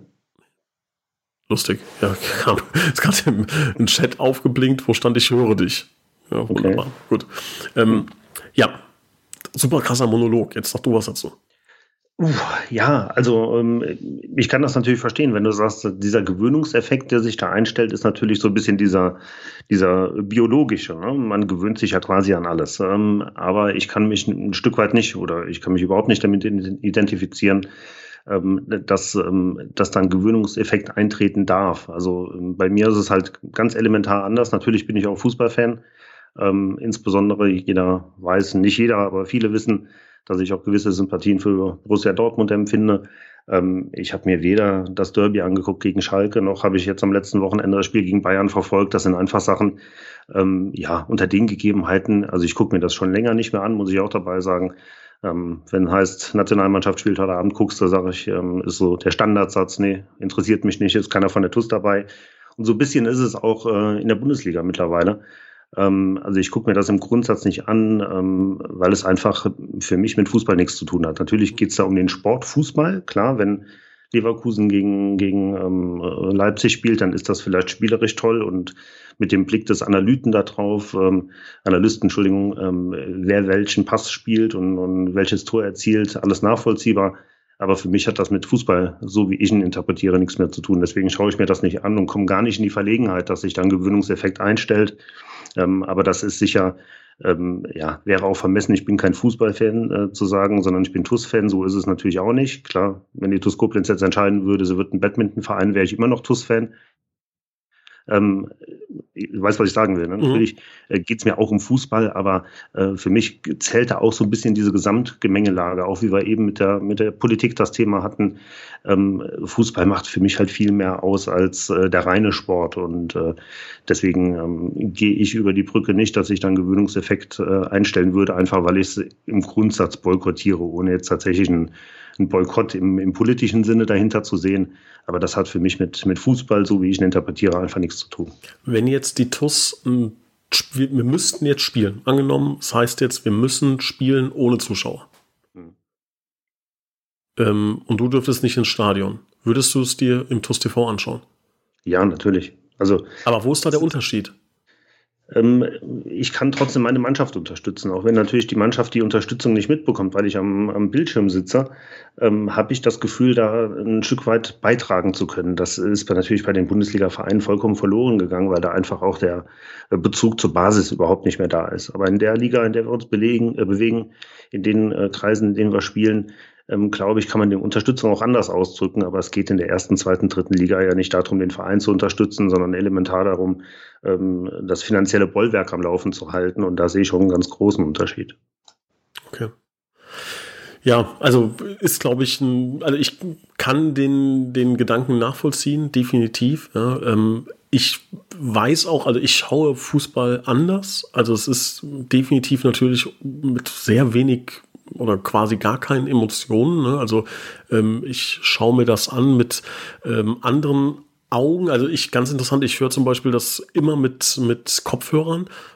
Lustig. Ja, kam, ist gerade ein Chat aufgeblinkt, wo stand, ich höre dich. Ja, wunderbar. Okay. Gut. Ähm, ja. Super krasser Monolog. Jetzt sag du was dazu. Uh, ja, also ähm, ich kann das natürlich verstehen, wenn du sagst, dieser Gewöhnungseffekt, der sich da einstellt, ist natürlich so ein bisschen dieser, dieser biologische. Ne? Man gewöhnt sich ja quasi an alles. Ähm, aber ich kann mich ein Stück weit nicht oder ich kann mich überhaupt nicht damit identifizieren, ähm, dass, ähm, dass da ein Gewöhnungseffekt eintreten darf. Also ähm, bei mir ist es halt ganz elementar anders. Natürlich bin ich auch Fußballfan. Ähm, insbesondere, jeder weiß, nicht jeder, aber viele wissen, dass ich auch gewisse Sympathien für Borussia Dortmund empfinde. Ähm, ich habe mir weder das Derby angeguckt gegen Schalke, noch habe ich jetzt am letzten Wochenende das Spiel gegen Bayern verfolgt. Das sind einfach Sachen, ähm, ja, unter den Gegebenheiten. Also ich gucke mir das schon länger nicht mehr an, muss ich auch dabei sagen. Ähm, wenn heißt, Nationalmannschaft spielt heute Abend, guckst du, sage ich, ähm, ist so der Standardsatz, nee, interessiert mich nicht, ist keiner von der T U S dabei. Und so ein bisschen ist es auch äh, in der Bundesliga mittlerweile. Also ich gucke mir das im Grundsatz nicht an, weil es einfach für mich mit Fußball nichts zu tun hat. Natürlich geht es da um den Sport Fußball. Klar, wenn Leverkusen gegen, gegen ähm, Leipzig spielt, dann ist das vielleicht spielerisch toll und mit dem Blick des Analyten da drauf, ähm, Analysten, Entschuldigung, ähm, wer welchen Pass spielt und, und welches Tor erzielt, alles nachvollziehbar. Aber für mich hat das mit Fußball, so wie ich ihn interpretiere, nichts mehr zu tun. Deswegen schaue ich mir das nicht an und komme gar nicht in die Verlegenheit, dass sich dann Gewöhnungseffekt einstellt. Ähm, aber das ist sicher, ähm, ja, wäre auch vermessen, ich bin kein Fußballfan äh, zu sagen, sondern ich bin T U S-Fan, so ist es natürlich auch nicht. Klar, wenn die T U S Koblenz jetzt entscheiden würde, sie wird ein Badmintonverein, wäre ich immer noch T U S-Fan. Ähm, ich weiß, was ich sagen will. Ne? Mhm. Natürlich äh, geht es mir auch um Fußball, aber äh, für mich zählt da auch so ein bisschen diese Gesamtgemengelage, auch wie wir eben mit der, mit der Politik das Thema hatten. Ähm, Fußball macht für mich halt viel mehr aus als äh, der reine Sport und äh, deswegen ähm, gehe ich über die Brücke nicht, dass ich dann Gewöhnungseffekt äh, einstellen würde, einfach weil ich es im Grundsatz boykottiere, ohne jetzt tatsächlich einen ein Boykott im, im politischen Sinne dahinter zu sehen. Aber das hat für mich mit, mit Fußball, so wie ich ihn interpretiere, einfach nichts zu tun. Wenn jetzt die T U S, wir, wir müssten jetzt spielen, angenommen, das heißt jetzt, wir müssen spielen ohne Zuschauer. Hm. Ähm, und du dürftest nicht ins Stadion. Würdest du es dir im T U S T V anschauen? Ja, natürlich. Also, aber wo ist da der Unterschied? Ich kann trotzdem meine Mannschaft unterstützen, auch wenn natürlich die Mannschaft die Unterstützung nicht mitbekommt, weil ich am, am Bildschirm sitze, ähm, habe ich das Gefühl, da ein Stück weit beitragen zu können. Das ist natürlich bei den Bundesliga-Vereinen vollkommen verloren gegangen, weil da einfach auch der Bezug zur Basis überhaupt nicht mehr da ist. Aber in der Liga, in der wir uns belegen, äh, bewegen, in den äh, Kreisen, in denen wir spielen, Ähm, glaube ich, kann man die Unterstützung auch anders ausdrücken, aber es geht in der ersten, zweiten, dritten Liga ja nicht darum, den Verein zu unterstützen, sondern elementar darum, ähm, das finanzielle Bollwerk am Laufen zu halten und da sehe ich schon einen ganz großen Unterschied. Okay. Ja, also ist, glaube ich, ein, also ich kann den, den Gedanken nachvollziehen, definitiv. Ja, ähm, ich weiß auch, also ich schaue Fußball anders, also es ist definitiv natürlich mit sehr wenig oder quasi gar keinen Emotionen. Ne? Also ähm, ich schaue mir das an mit ähm, anderen Augen. Also ich, ganz interessant, ich höre zum Beispiel das immer mit, mit Kopfhörern.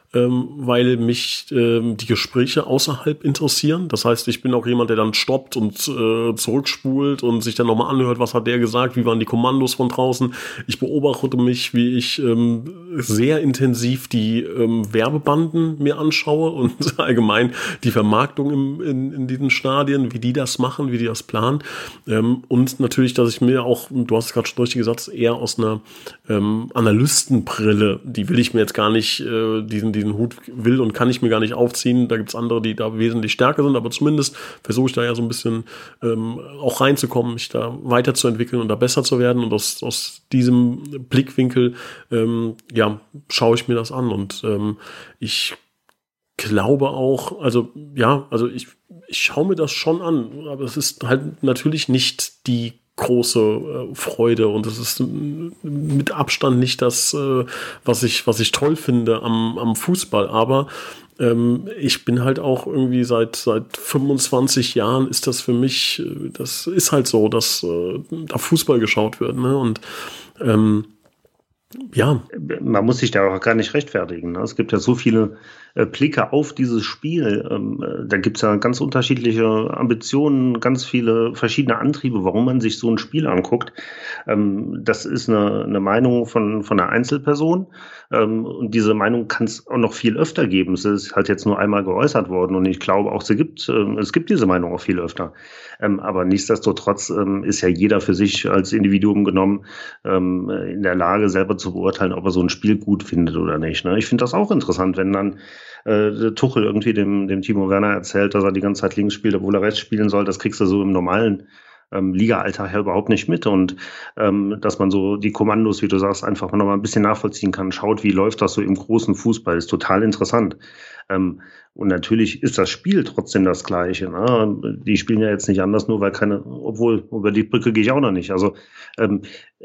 ähm, weil mich ähm, die Gespräche außerhalb interessieren. Das heißt, ich bin auch jemand, der dann stoppt und äh, zurückspult und sich dann nochmal anhört, was hat der gesagt, wie waren die Kommandos von draußen. Ich beobachte mich, wie ich ähm, sehr intensiv die ähm, Werbebanden mir anschaue und allgemein die Vermarktung im, in, in diesen Stadien, wie die das machen, wie die das planen. Ähm, und natürlich, dass ich mir auch, du hast es gerade schon richtig gesagt, eher aus einer ähm, Analystenbrille, die will ich mir jetzt gar nicht, äh, diesen, diesen Hut will und kann ich mir gar nicht aufziehen. Da gibt es andere, die da wesentlich stärker sind, aber zumindest versuche ich da ja so ein bisschen ähm, auch reinzukommen, mich da weiterzuentwickeln und da besser zu werden. Und aus, aus diesem Blickwinkel ähm, ja, schaue ich mir das an. Und ähm, ich glaube auch, also ja, also ich, ich schaue mir das schon an, aber es ist halt natürlich nicht die große äh, Freude und es ist mit Abstand nicht das, äh, was ich, was ich toll finde am, am Fußball, aber ähm, ich bin halt auch irgendwie seit, seit fünfundzwanzig Jahren ist das für mich, das ist halt so, dass äh, da Fußball geschaut wird, ne, und ähm, ja. Man muss sich da auch gar nicht rechtfertigen. Ne? Es gibt ja so viele äh, Blicke auf dieses Spiel. Ähm, äh, da gibt es ja ganz unterschiedliche Ambitionen, ganz viele verschiedene Antriebe, warum man sich so ein Spiel anguckt. Ähm, das ist eine, eine Meinung von, von einer Einzelperson. Ähm, und diese Meinung kann es auch noch viel öfter geben. Es ist halt jetzt nur einmal geäußert worden. Und ich glaube auch, sie gibt, äh, es gibt diese Meinung auch viel öfter. Ähm, aber nichtsdestotrotz ähm, ist ja jeder für sich als Individuum genommen ähm, in der Lage, selber zu beurteilen, ob er so ein Spiel gut findet oder nicht. Ne? Ich finde das auch interessant, wenn dann äh, Tuchel irgendwie dem, dem Timo Werner erzählt, dass er die ganze Zeit links spielt, obwohl er rechts spielen soll. Das kriegst du so im normalen ähm, Liga-Alltag ja überhaupt nicht mit. Und ähm, dass man so die Kommandos, wie du sagst, einfach noch mal ein bisschen nachvollziehen kann, schaut, wie läuft das so im großen Fußball, ist total interessant. Ähm, und natürlich ist das Spiel trotzdem das Gleiche. Ne? Die spielen ja jetzt nicht anders, nur weil keine, obwohl, über die Brücke gehe ich auch noch nicht. Also ähm,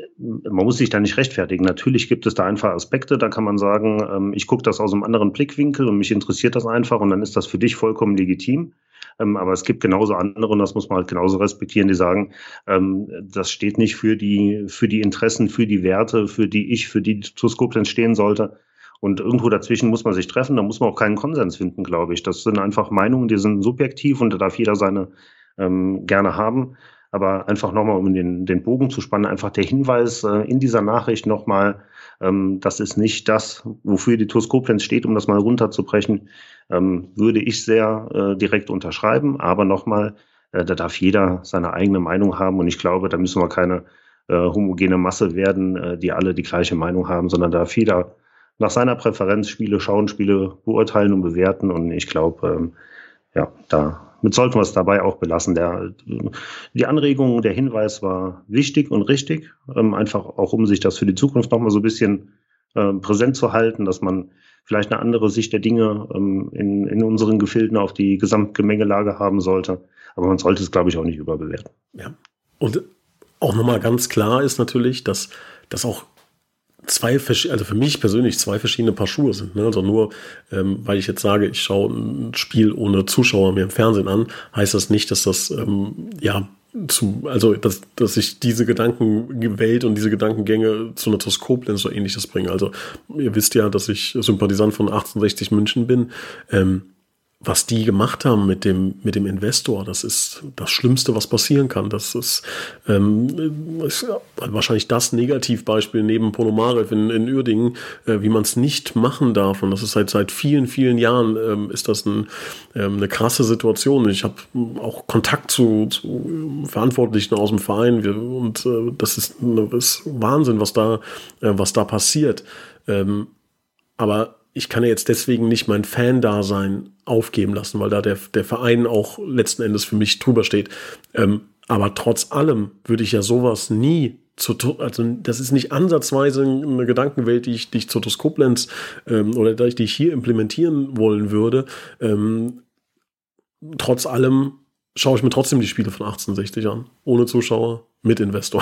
man muss sich da nicht rechtfertigen. Natürlich gibt es da einfach Aspekte, da kann man sagen, ähm, ich gucke das aus einem anderen Blickwinkel und mich interessiert das einfach und dann ist das für dich vollkommen legitim. Ähm, aber es gibt genauso andere, und das muss man halt genauso respektieren, die sagen, ähm, das steht nicht für die, für die Interessen, für die Werte, für die ich, für die T U S Koblenz stehen sollte. Und irgendwo dazwischen muss man sich treffen, da muss man auch keinen Konsens finden, glaube ich. Das sind einfach Meinungen, die sind subjektiv und da darf jeder seine ähm, gerne haben. Aber einfach nochmal, um den, den Bogen zu spannen, einfach der Hinweis äh, in dieser Nachricht nochmal, ähm, das ist nicht das, wofür die T U S Koblenz steht, um das mal runterzubrechen, ähm, würde ich sehr äh, direkt unterschreiben. Aber nochmal, äh, da darf jeder seine eigene Meinung haben und ich glaube, da müssen wir keine äh, homogene Masse werden, äh, die alle die gleiche Meinung haben, sondern da darf jeder nach seiner Präferenz Spiele schauen, Spiele beurteilen und bewerten. Und ich glaube, ähm, ja, damit sollten wir es dabei auch belassen. Der, die Anregung, der Hinweis war wichtig und richtig, ähm, einfach auch um sich das für die Zukunft nochmal so ein bisschen äh, präsent zu halten, dass man vielleicht eine andere Sicht der Dinge ähm, in, in unseren Gefilden auf die Gesamtgemengelage haben sollte. Aber man sollte es, glaube ich, auch nicht überbewerten. Ja, und auch nochmal ganz klar ist natürlich, dass das auch zwei, also für mich persönlich zwei verschiedene Paar Schuhe sind. Ne? Also nur, ähm, weil ich jetzt sage, ich schaue ein Spiel ohne Zuschauer mir im Fernsehen an, heißt das nicht, dass das, ähm, ja, zu, also dass, dass ich diese Gedankenwelt und diese Gedankengänge zu einer T U S Koblenz so ähnliches bringe. Also ihr wisst ja, dass ich Sympathisant von achtundsechzig München bin. Ähm, was die gemacht haben mit dem, mit dem Investor, das ist das Schlimmste, was passieren kann. Das ist, ähm, ist wahrscheinlich das Negativbeispiel neben Ponomarev in, in Uerdingen, äh, wie man es nicht machen darf. Und das ist seit, seit vielen, vielen Jahren ähm, ist das ein, ähm, eine krasse Situation. Ich habe auch Kontakt zu, zu Verantwortlichen aus dem Verein wir, und äh, das ist, das ist Wahnsinn, was da, äh, was da passiert. Ähm, aber ich kann ja jetzt deswegen nicht mein Fan-Dasein aufgeben lassen, weil da der, der Verein auch letzten Endes für mich drüber steht. Ähm, aber trotz allem würde ich ja sowas nie zu, also das ist nicht ansatzweise eine Gedankenwelt, die ich, die ich zur T U S Koblenz ähm, oder die ich hier implementieren wollen würde. Ähm, trotz allem schaue ich mir trotzdem die Spiele von achtzehnhundertsechzig an. Ohne Zuschauer, mit Investor.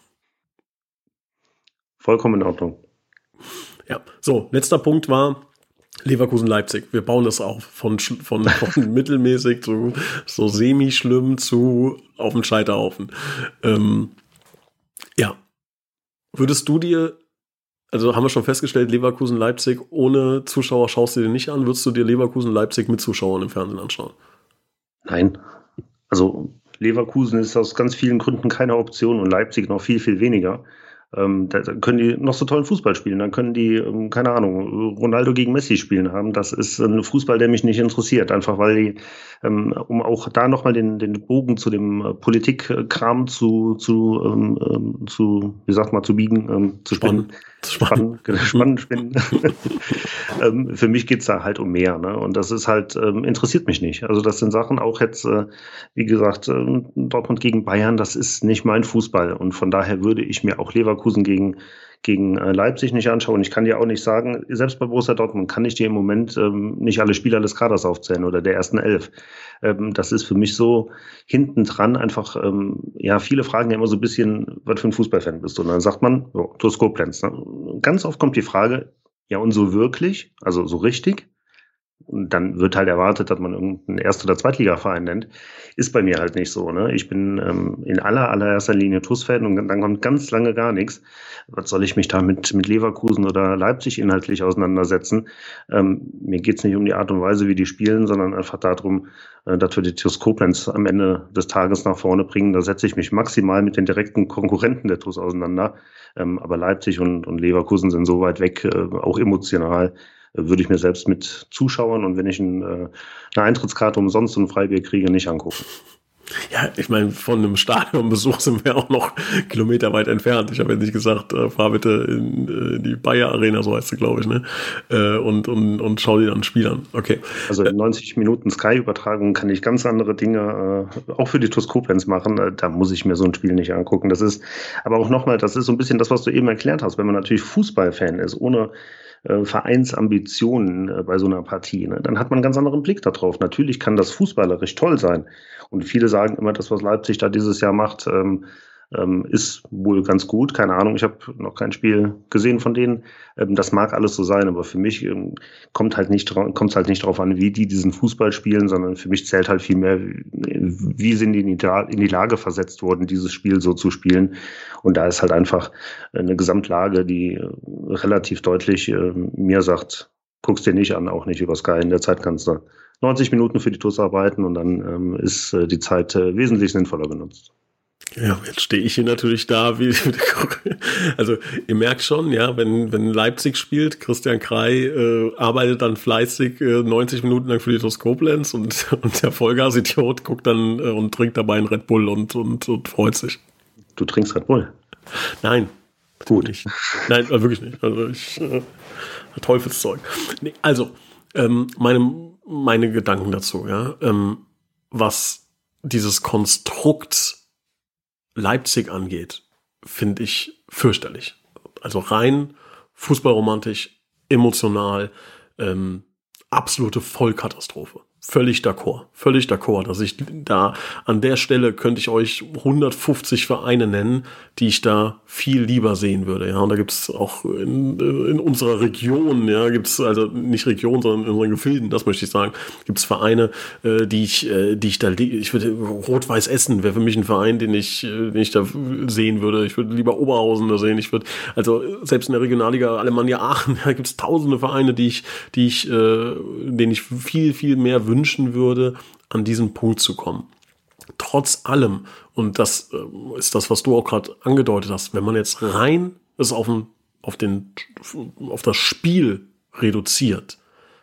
Vollkommen in Ordnung. Ja, so, letzter Punkt war Leverkusen-Leipzig. Wir bauen das auf von, von, von mittelmäßig zu so semi-schlimm zu auf den Scheiterhaufen. Ähm, ja, würdest du dir, Also haben wir schon festgestellt, Leverkusen-Leipzig ohne Zuschauer schaust du dir nicht an. Würdest du dir Leverkusen-Leipzig mit Zuschauern im Fernsehen anschauen? Nein. Also Leverkusen ist aus ganz vielen Gründen keine Option und Leipzig noch viel, viel weniger. Ähm, da können die noch so tollen Fußball spielen. Dann können die, ähm, keine Ahnung, Ronaldo gegen Messi spielen haben. Das ist ein Fußball, der mich nicht interessiert. Einfach weil die, ähm, um auch da nochmal den, den Bogen zu dem äh, Politikkram zu, zu, ähm, zu, wie sagt man, zu biegen, ähm, zu spinnen. Spannend, spannend spinnen. ähm, für mich geht's da halt um mehr, ne? Und das ist halt, ähm, interessiert mich nicht. Also das sind Sachen auch jetzt, äh, wie gesagt, äh, Dortmund gegen Bayern, das ist nicht mein Fußball. Und von daher würde ich mir auch Leverkusen gegen, gegen äh, Leipzig nicht anschauen. Ich kann dir auch nicht sagen, selbst bei Borussia Dortmund kann ich dir im Moment ähm, nicht alle Spieler des Kaders aufzählen oder der ersten Elf. Ähm, das ist für mich so hinten dran einfach, ähm, ja, viele fragen ja immer so ein bisschen, was für ein Fußballfan bist du? Und dann sagt man, jo, du hast Koblenz, ne? Ganz oft kommt die Frage, ja, und so wirklich, also so richtig? Und dann wird halt erwartet, dass man irgendeinen Erst- oder Zweitligaverein nennt. Ist bei mir halt nicht so, ne? Ich bin ähm, in aller, allererster Linie T U S-Fan und dann kommt ganz lange gar nichts. Was soll ich mich da mit, mit Leverkusen oder Leipzig inhaltlich auseinandersetzen? Ähm, mir geht's nicht um die Art und Weise, wie die spielen, sondern einfach darum, äh, dass wir die T U S Koblenz am Ende des Tages nach vorne bringen. Da setze ich mich maximal mit den direkten Konkurrenten der T U S auseinander. Ähm, aber Leipzig und, und Leverkusen sind so weit weg, äh, auch emotional, würde ich mir selbst mit Zuschauern und wenn ich ein, eine Eintrittskarte umsonst und ein Freibier kriege, nicht angucken. Ja, ich meine, von einem Stadionbesuch sind wir auch noch kilometerweit entfernt. Ich habe jetzt nicht gesagt, äh, fahr bitte in äh, die Bayer Arena, so heißt sie, glaube ich, ne? Äh, und, und, und schau dir dann ein Spiel an. Okay. Also in neunzig Minuten Sky-Übertragung kann ich ganz andere Dinge äh, auch für die T U S Koblenz machen. Äh, da muss ich mir so ein Spiel nicht angucken. Das ist, aber auch nochmal, das ist so ein bisschen das, was du eben erklärt hast. Wenn man natürlich Fußballfan ist, ohne Vereinsambitionen bei so einer Partie, ne? Dann hat man einen ganz anderen Blick darauf. Natürlich kann das fußballerisch toll sein. Und viele sagen immer, das, was Leipzig da dieses Jahr macht, ähm, ähm, ist wohl ganz gut. Keine Ahnung, ich habe noch kein Spiel gesehen von denen. Ähm, das mag alles so sein, aber für mich ähm, kommt halt nicht kommt es halt nicht darauf an, wie die diesen Fußball spielen, sondern für mich zählt halt viel mehr, wie sind die in die, in die Lage versetzt worden, dieses Spiel so zu spielen. Und da ist halt einfach eine Gesamtlage, die relativ deutlich äh, mir sagt, guck's dir nicht an, auch nicht über Sky. In der Zeit kannst du neunzig Minuten für die T U S arbeiten und dann ähm, ist äh, die Zeit äh, wesentlich sinnvoller genutzt. Ja, jetzt stehe ich hier natürlich da, wie, also ihr merkt schon, ja, wenn, wenn Leipzig spielt, Christian Krei äh, arbeitet dann fleißig äh, neunzig Minuten lang für die T U S Koblenz und, und der Vollgas-Idiot guckt dann äh, und trinkt dabei einen Red Bull und, und, und freut sich. Du trinkst Red Bull? Nein. Gut. Nicht. Nein, wirklich nicht. Also ich, äh, Teufelszeug. Nee, also, ähm, meine, meine Gedanken dazu, ja, ähm, was dieses Konstrukt Leipzig angeht, finde ich fürchterlich. Also rein fußballromantisch, emotional, ähm, absolute Vollkatastrophe. Völlig d'accord, völlig d'accord, dass ich da an der Stelle könnte ich euch hundertfünfzig Vereine nennen, die ich da viel lieber sehen würde. Ja, und da gibt's auch in, in unserer Region, ja, gibt's also nicht Region, sondern in unseren Gefilden, das möchte ich sagen, gibt's Vereine, äh, die ich, äh, die ich da, ich würde Rot-Weiß Essen wäre für mich ein Verein, den ich, den ich da sehen würde. Ich würde lieber Oberhausen da sehen. Ich würde, also selbst in der Regionalliga Alemannia Aachen, da gibt's tausende Vereine, die ich, die ich, äh, denen ich viel, viel mehr wünschen würde, an diesen Punkt zu kommen. Trotz allem, und das äh, ist das, was du auch gerade angedeutet hast, wenn man jetzt rein es auf, den, auf, den, auf das Spiel reduziert,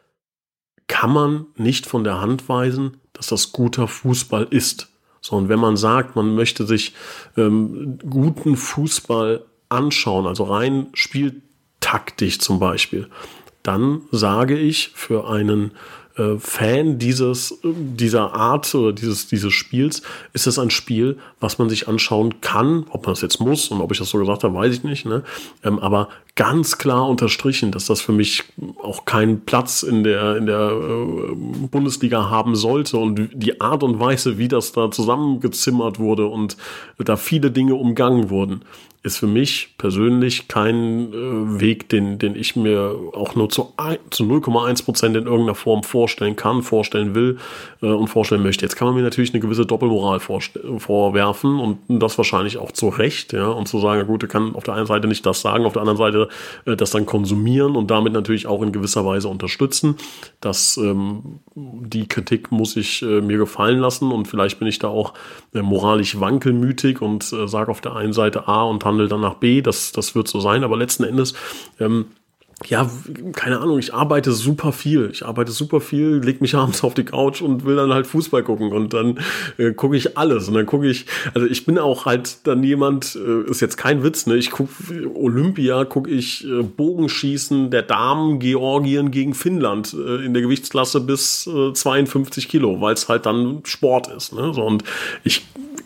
kann man nicht von der Hand weisen, dass das guter Fußball ist. Sondern wenn man sagt, man möchte sich ähm, guten Fußball anschauen, also rein spieltaktisch zum Beispiel, dann sage ich für einen äh, Fan dieses, dieser Art oder dieses, dieses Spiels, ist es ein Spiel, was man sich anschauen kann. Ob man das jetzt muss und ob ich das so gesagt habe, weiß ich nicht. Ne? Ähm, aber ganz klar unterstrichen, dass das für mich auch keinen Platz in der, in der äh, Bundesliga haben sollte. Und die Art und Weise, wie das da zusammengezimmert wurde und da viele Dinge umgangen wurden, ist für mich persönlich kein äh, Weg, den, den ich mir auch nur zu, zu null Komma eins Prozent in irgendeiner Form vorstelle. vorstellen kann, vorstellen will äh, und vorstellen möchte. Jetzt kann man mir natürlich eine gewisse Doppelmoral vorst- vorwerfen und das wahrscheinlich auch zu Recht, ja, und zu sagen, ja gut, ich kann auf der einen Seite nicht das sagen, auf der anderen Seite äh, das dann konsumieren und damit natürlich auch in gewisser Weise unterstützen. Das, ähm, die Kritik muss ich äh, mir gefallen lassen und vielleicht bin ich da auch äh, moralisch wankelmütig und äh, sage auf der einen Seite A und handle dann nach B. Das, das wird so sein, aber letzten Endes ähm, ja, keine Ahnung, ich arbeite super viel. Ich arbeite super viel, leg mich abends auf die Couch und will dann halt Fußball gucken und dann äh, gucke ich alles und dann gucke ich, also ich bin auch halt dann jemand, äh, ist jetzt kein Witz, ne, ich gucke Olympia, gucke ich äh, Bogenschießen der Damen Georgien gegen Finnland äh, in der Gewichtsklasse bis äh, zweiundfünfzig Kilo, weil es halt dann Sport ist, ne, so und ich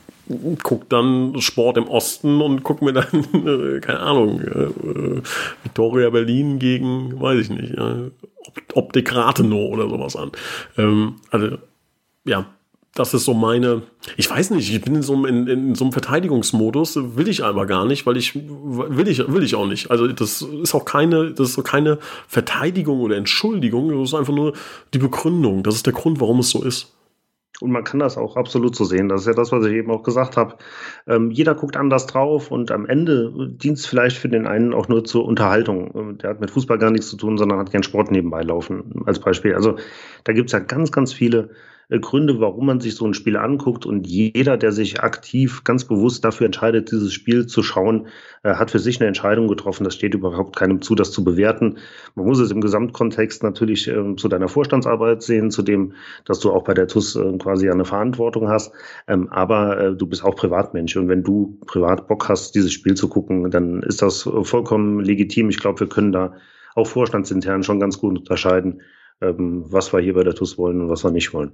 guck dann Sport im Osten und guck mir dann, äh, keine Ahnung, äh, Victoria Berlin gegen, weiß ich nicht, äh, Optik Rathenow oder sowas an. Ähm, also, ja, das ist so meine, ich weiß nicht, ich bin in so einem, in, in so einem Verteidigungsmodus, will ich aber gar nicht, weil ich, will ich, will ich auch nicht. Also, das ist auch keine, das ist so keine Verteidigung oder Entschuldigung, das ist einfach nur die Begründung. Das ist der Grund, warum es so ist. Und man kann das auch absolut so sehen. Das ist ja das, was ich eben auch gesagt habe. Ähm, jeder guckt anders drauf und am Ende dient es vielleicht für den einen auch nur zur Unterhaltung. Der hat mit Fußball gar nichts zu tun, sondern hat gern Sport nebenbei laufen, als Beispiel. Also da gibt es ja ganz, ganz viele äh, Gründe, warum man sich so ein Spiel anguckt. Und jeder, der sich aktiv, ganz bewusst dafür entscheidet, dieses Spiel zu schauen, äh, hat für sich eine Entscheidung getroffen. Das steht überhaupt keinem zu, das zu bewerten. Man muss es im Gesamtkontext natürlich äh, zu deiner Vorstandsarbeit sehen, zu dem, dass du auch bei der T U S äh, quasi eine Verantwortung hast. Ähm, aber äh, du bist auch Privatmensch. Und wenn du privat Bock hast, dieses Spiel zu gucken, dann ist das äh, vollkommen legitim. Ich glaube, wir können da auch vorstandsintern schon ganz gut unterscheiden, ähm, was wir hier bei der T U S wollen und was wir nicht wollen.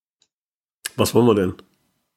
Was wollen wir denn?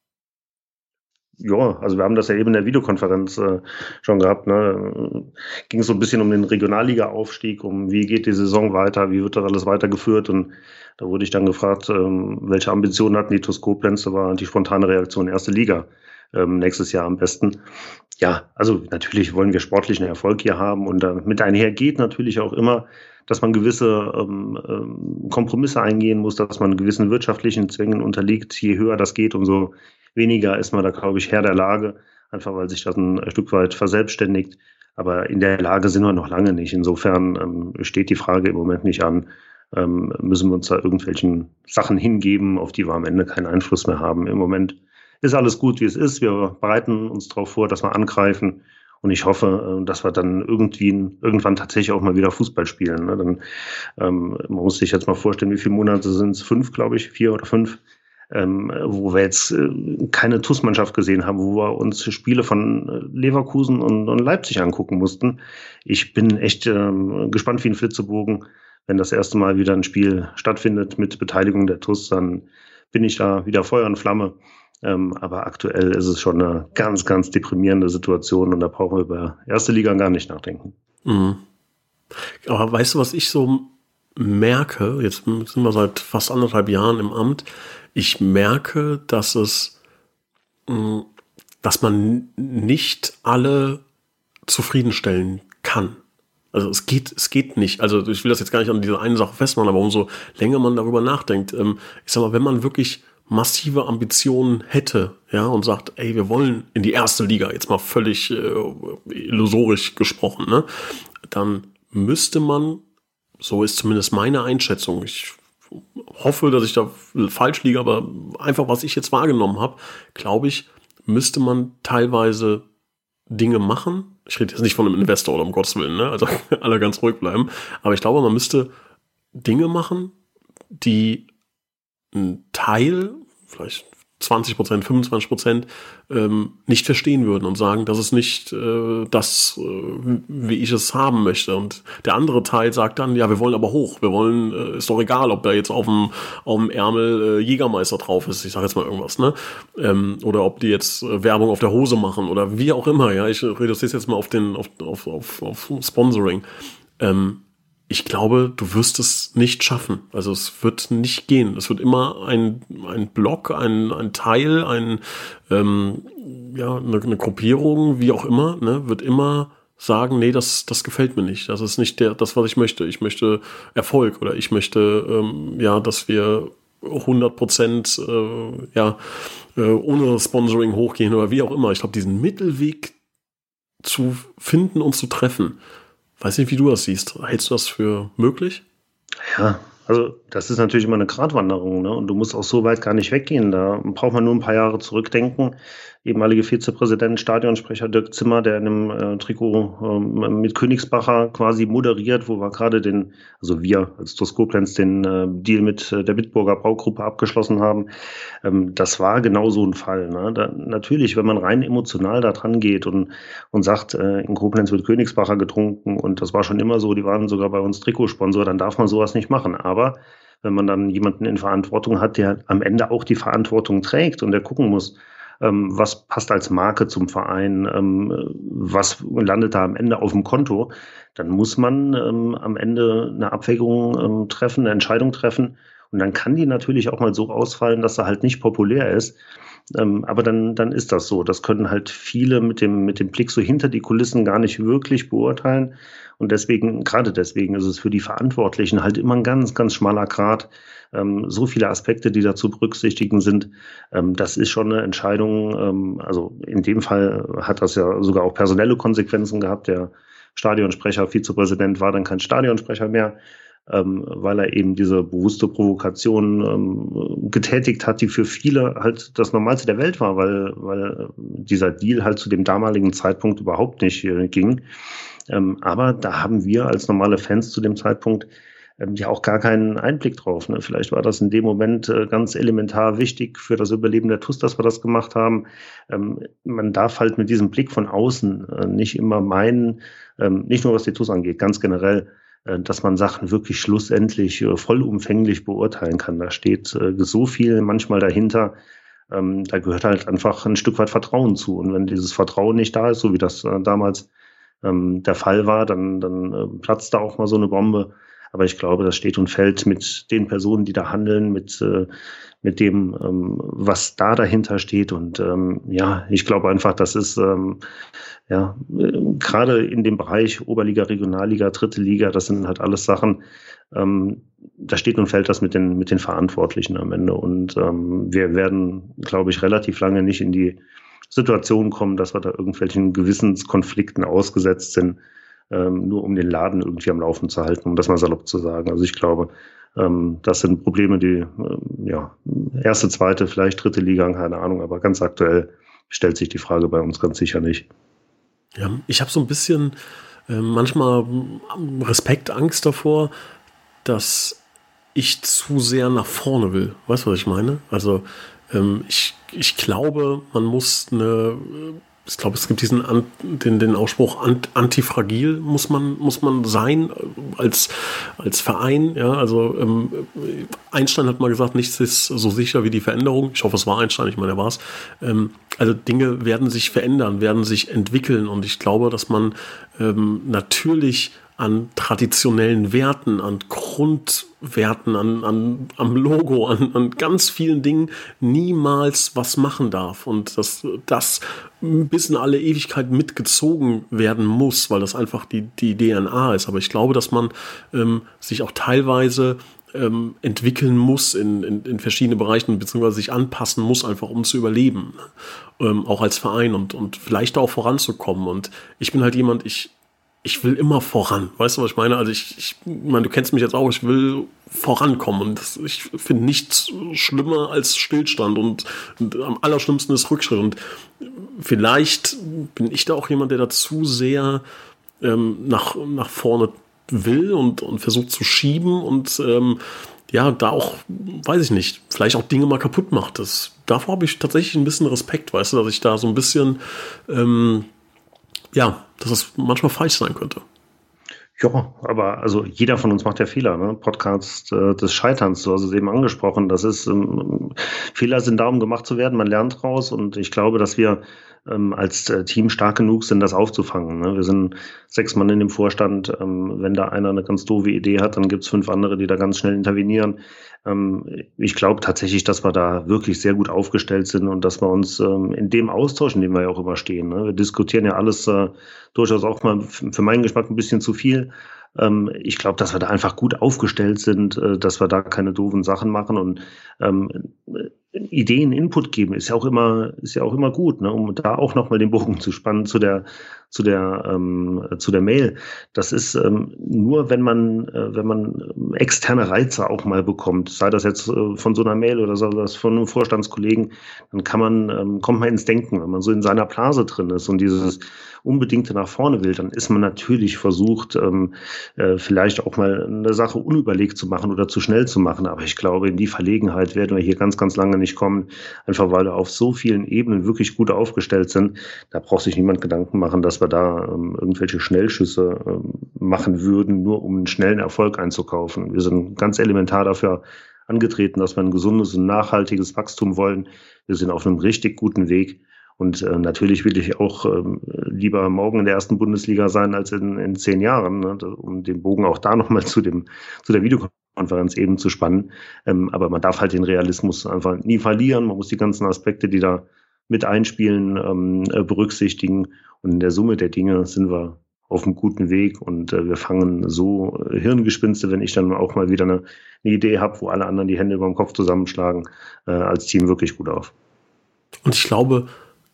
Ja, also wir haben das ja eben in der Videokonferenz äh, schon gehabt. Ne? Ging so ein bisschen um den Regionalliga-Aufstieg, um wie geht die Saison weiter, wie wird das alles weitergeführt. Und da wurde ich dann gefragt, ähm, welche Ambitionen hatten die T U S Koblenz. Da war die spontane Reaktion erste Liga ähm, nächstes Jahr am besten. Ja, also natürlich wollen wir sportlichen Erfolg hier haben. Und äh, mit einher geht natürlich auch immer, dass man gewisse ähm, ähm, Kompromisse eingehen muss, dass man gewissen wirtschaftlichen Zwängen unterliegt. Je höher das geht, umso weniger ist man da, glaube ich, Herr der Lage, einfach weil sich das ein Stück weit verselbstständigt. Aber in der Lage sind wir noch lange nicht. Insofern ähm, steht die Frage im Moment nicht an, ähm, müssen wir uns da irgendwelchen Sachen hingeben, auf die wir am Ende keinen Einfluss mehr haben. Im Moment ist alles gut, wie es ist. Wir bereiten uns darauf vor, dass wir angreifen. Und ich hoffe, dass wir dann irgendwie irgendwann tatsächlich auch mal wieder Fußball spielen. Ne? Dann, ähm, man muss sich jetzt mal vorstellen, wie viele Monate sind es? Fünf, glaube ich, vier oder fünf, ähm, wo wir jetzt äh, keine T U S-Mannschaft gesehen haben, wo wir uns Spiele von Leverkusen und, und Leipzig angucken mussten. Ich bin echt ähm, gespannt wie ein Flitzebogen. Wenn das erste Mal wieder ein Spiel stattfindet mit Beteiligung der T U S, dann bin ich da wieder Feuer und Flamme. Ähm, aber aktuell ist es schon eine ganz, ganz deprimierende Situation und da brauchen wir über erste Liga gar nicht nachdenken. Mhm. Aber weißt du, was ich so merke, jetzt sind wir seit fast anderthalb Jahren im Amt, ich merke, dass es, dass man nicht alle zufriedenstellen kann. Also es geht, es geht nicht. Also ich will das jetzt gar nicht an dieser einen Sache festmachen, aber umso länger man darüber nachdenkt, ähm, ich sag mal, wenn man wirklich massive Ambitionen hätte, ja, und sagt, ey, wir wollen in die erste Liga, jetzt mal völlig äh, illusorisch gesprochen, ne, dann müsste man, so ist zumindest meine Einschätzung, ich hoffe, dass ich da falsch liege, aber einfach, was ich jetzt wahrgenommen habe, glaube ich, müsste man teilweise Dinge machen. Ich rede jetzt nicht von einem Investor oder um Gottes Willen, ne, also alle ganz ruhig bleiben, aber ich glaube, man müsste Dinge machen, die ein Teil, vielleicht zwanzig Prozent, fünfundzwanzig Prozent, ähm, nicht verstehen würden und sagen, das ist nicht äh, das, äh, wie ich es haben möchte. Und der andere Teil sagt dann, ja, wir wollen aber hoch. Wir wollen, äh, ist doch egal, ob da jetzt auf dem, auf dem Ärmel äh, Jägermeister drauf ist. Ich sage jetzt mal irgendwas, ne? Ähm, oder ob die jetzt äh, Werbung auf der Hose machen oder wie auch immer. Ja, ich reduziere es jetzt mal auf den, auf, auf, auf, auf Sponsoring. Ähm, Ich glaube, du wirst es nicht schaffen. Also es wird nicht gehen. Es wird immer ein, ein Block, ein, ein Teil, ein, ähm, ja, eine, eine Gruppierung, wie auch immer, ne, wird immer sagen, nee, das, das gefällt mir nicht. Das ist nicht der, das, was ich möchte. Ich möchte Erfolg oder ich möchte, ähm, ja, dass wir hundert Prozent äh, ja, äh, ohne Sponsoring hochgehen oder wie auch immer. Ich glaube, diesen Mittelweg zu finden und zu treffen, weiß nicht, wie du das siehst. Hältst du das für möglich? Ja, also das ist natürlich immer eine Gratwanderung, ne? Und du musst auch so weit gar nicht weggehen. Da braucht man nur ein paar Jahre zurückdenken. Ehemalige Vizepräsident, Stadionsprecher Dirk Zimmer, der in einem äh, Trikot äh, mit Königsbacher quasi moderiert, wo wir gerade den, also wir als TuS Koblenz den äh, Deal mit äh, der Bitburger Braugruppe abgeschlossen haben. Ähm, das war genau so ein Fall. Ne? Da, natürlich, wenn man rein emotional da dran geht und, und sagt, äh, in Koblenz wird Königsbacher getrunken und das war schon immer so, die waren sogar bei uns Trikotsponsor, dann darf man sowas nicht machen. Aber wenn man dann jemanden in Verantwortung hat, der am Ende auch die Verantwortung trägt und der gucken muss, ähm, was passt als Marke zum Verein, ähm, was landet da am Ende auf dem Konto, dann muss man ähm, am Ende eine Abwägung ähm, treffen, eine Entscheidung treffen. Und dann kann die natürlich auch mal so ausfallen, dass er halt nicht populär ist. Ähm, aber dann, dann ist das so. Das können halt viele mit dem, mit dem Blick so hinter die Kulissen gar nicht wirklich beurteilen. Und deswegen, gerade deswegen ist es für die Verantwortlichen halt immer ein ganz, ganz schmaler Grat. Ähm, so viele Aspekte, die da zu berücksichtigen sind. Ähm, das ist schon eine Entscheidung. Ähm, also in dem Fall hat das ja sogar auch personelle Konsequenzen gehabt. Der Stadionsprecher, Vizepräsident war dann kein Stadionsprecher mehr, ähm, weil er eben diese bewusste Provokation ähm, getätigt hat, die für viele halt das Normalste der Welt war, weil, weil dieser Deal halt zu dem damaligen Zeitpunkt überhaupt nicht äh, ging. Ähm, aber da haben wir als normale Fans zu dem Zeitpunkt ähm, ja auch gar keinen Einblick drauf. Ne? Vielleicht war das in dem Moment äh, ganz elementar wichtig für das Überleben der TuS, dass wir das gemacht haben. Ähm, man darf halt mit diesem Blick von außen äh, nicht immer meinen, ähm, nicht nur was die TuS angeht, ganz generell, äh, dass man Sachen wirklich schlussendlich äh, vollumfänglich beurteilen kann. Da steht äh, so viel manchmal dahinter. Ähm, da gehört halt einfach ein Stück weit Vertrauen zu. Und wenn dieses Vertrauen nicht da ist, so wie das äh, damals ähm, der Fall war, dann, dann äh, platzt da auch mal so eine Bombe. Aber ich glaube, das steht und fällt mit den Personen, die da handeln, mit, äh, mit dem, ähm, was da dahinter steht. Und ähm, ja, ich glaube einfach, das ist ähm, ja äh, gerade in dem Bereich Oberliga, Regionalliga, dritte Liga, das sind halt alles Sachen, ähm, da steht und fällt das mit den, mit den Verantwortlichen am Ende. Und ähm, wir werden, glaube ich, relativ lange nicht in die Situation kommen, dass wir da irgendwelchen Gewissenskonflikten ausgesetzt sind, ähm, nur um den Laden irgendwie am Laufen zu halten, um das mal salopp zu sagen. Also ich glaube, ähm, das sind Probleme, die ähm, ja erste, zweite, vielleicht dritte Liga, keine Ahnung, aber ganz aktuell stellt sich die Frage bei uns ganz sicher nicht. Ja, ich habe so ein bisschen äh, manchmal Respekt, Angst davor, dass ich zu sehr nach vorne will. Weißt du, was ich meine? Also ähm, ich, ich glaube, man muss eine, ich glaube, es gibt diesen den, den Ausspruch, antifragil muss man, muss man sein als, als Verein. Ja, also ähm, Einstein hat mal gesagt, nichts ist so sicher wie die Veränderung. Ich hoffe, es war Einstein, ich meine, er war es. Ähm, also Dinge werden sich verändern, werden sich entwickeln und ich glaube, dass man ähm, natürlich an traditionellen Werten, an Grundwerten, an, an, am Logo, an, an ganz vielen Dingen niemals was machen darf. Und dass das bis in alle Ewigkeit mitgezogen werden muss, weil das einfach die, die D N A ist. Aber ich glaube, dass man ähm, sich auch teilweise ähm, entwickeln muss in, in, in verschiedene Bereichen, beziehungsweise sich anpassen muss, einfach um zu überleben. Ähm, auch als Verein und, und vielleicht auch voranzukommen. Und ich bin halt jemand, ich Ich will immer voran. Weißt du, was ich meine? Also ich, ich meine, du kennst mich jetzt auch, ich will vorankommen und das, ich finde nichts schlimmer als Stillstand und, und am allerschlimmsten ist Rückschritt und vielleicht bin ich da auch jemand, der da zu sehr ähm, nach, nach vorne will und, und versucht zu schieben und ähm, ja, da auch, weiß ich nicht, vielleicht auch Dinge mal kaputt macht. Das, davor habe ich tatsächlich ein bisschen Respekt, weißt du, dass ich da so ein bisschen ähm, ja, dass es manchmal falsch sein könnte. Ja, aber also jeder von uns macht ja Fehler, ne? Podcast äh, des Scheiterns, du hast es eben angesprochen. Das ist, ähm, Fehler sind da, um gemacht zu werden, man lernt draus und ich glaube, dass wir ähm, als äh, Team stark genug sind, das aufzufangen. Ne? Wir sind sechs Mann in dem Vorstand. Ähm, wenn da einer eine ganz doofe Idee hat, dann gibt's fünf andere, die da ganz schnell intervenieren. Ähm, ich glaube tatsächlich, dass wir da wirklich sehr gut aufgestellt sind und dass wir uns ähm, in dem Austausch, in dem wir ja auch immer stehen, ne? Wir diskutieren ja alles äh, durchaus auch mal für meinen Geschmack ein bisschen zu viel. Ähm, ich glaube, dass wir da einfach gut aufgestellt sind, äh, dass wir da keine doofen Sachen machen und ähm, Ideen, Input geben, ist ja auch immer, ist ja auch immer gut, ne, um da auch nochmal den Bogen zu spannen zu der, zu der, ähm, zu der Mail. Das ist ähm, nur, wenn man, äh, wenn man externe Reize auch mal bekommt, sei das jetzt äh, von so einer Mail oder sei das von einem Vorstandskollegen, dann kann man, ähm, kommt man ins Denken. Wenn man so in seiner Blase drin ist und dieses Unbedingte nach vorne will, dann ist man natürlich versucht, ähm, äh, vielleicht auch mal eine Sache unüberlegt zu machen oder zu schnell zu machen. Aber ich glaube, in die Verlegenheit werden wir hier ganz, ganz lange nicht kommen, einfach weil wir auf so vielen Ebenen wirklich gut aufgestellt sind. Da braucht sich niemand Gedanken machen, dass wir da ähm, irgendwelche Schnellschüsse ähm, machen würden, nur um einen schnellen Erfolg einzukaufen. Wir sind ganz elementar dafür angetreten, dass wir ein gesundes und nachhaltiges Wachstum wollen. Wir sind auf einem richtig guten Weg. Und äh, natürlich will ich auch ähm, lieber morgen in der ersten Bundesliga sein als in, in zehn Jahren, ne, um den Bogen auch da nochmal zu dem zu der Videokonferenz eben zu spannen. Ähm, aber man darf halt den Realismus einfach nie verlieren. Man muss die ganzen Aspekte, die da mit einspielen, ähm, äh, berücksichtigen. Und in der Summe der Dinge sind wir auf einem guten Weg und äh, wir fangen so äh, Hirngespinste, wenn ich dann auch mal wieder eine, eine Idee habe, wo alle anderen die Hände über dem Kopf zusammenschlagen, äh, als Team wirklich gut auf. Und ich glaube,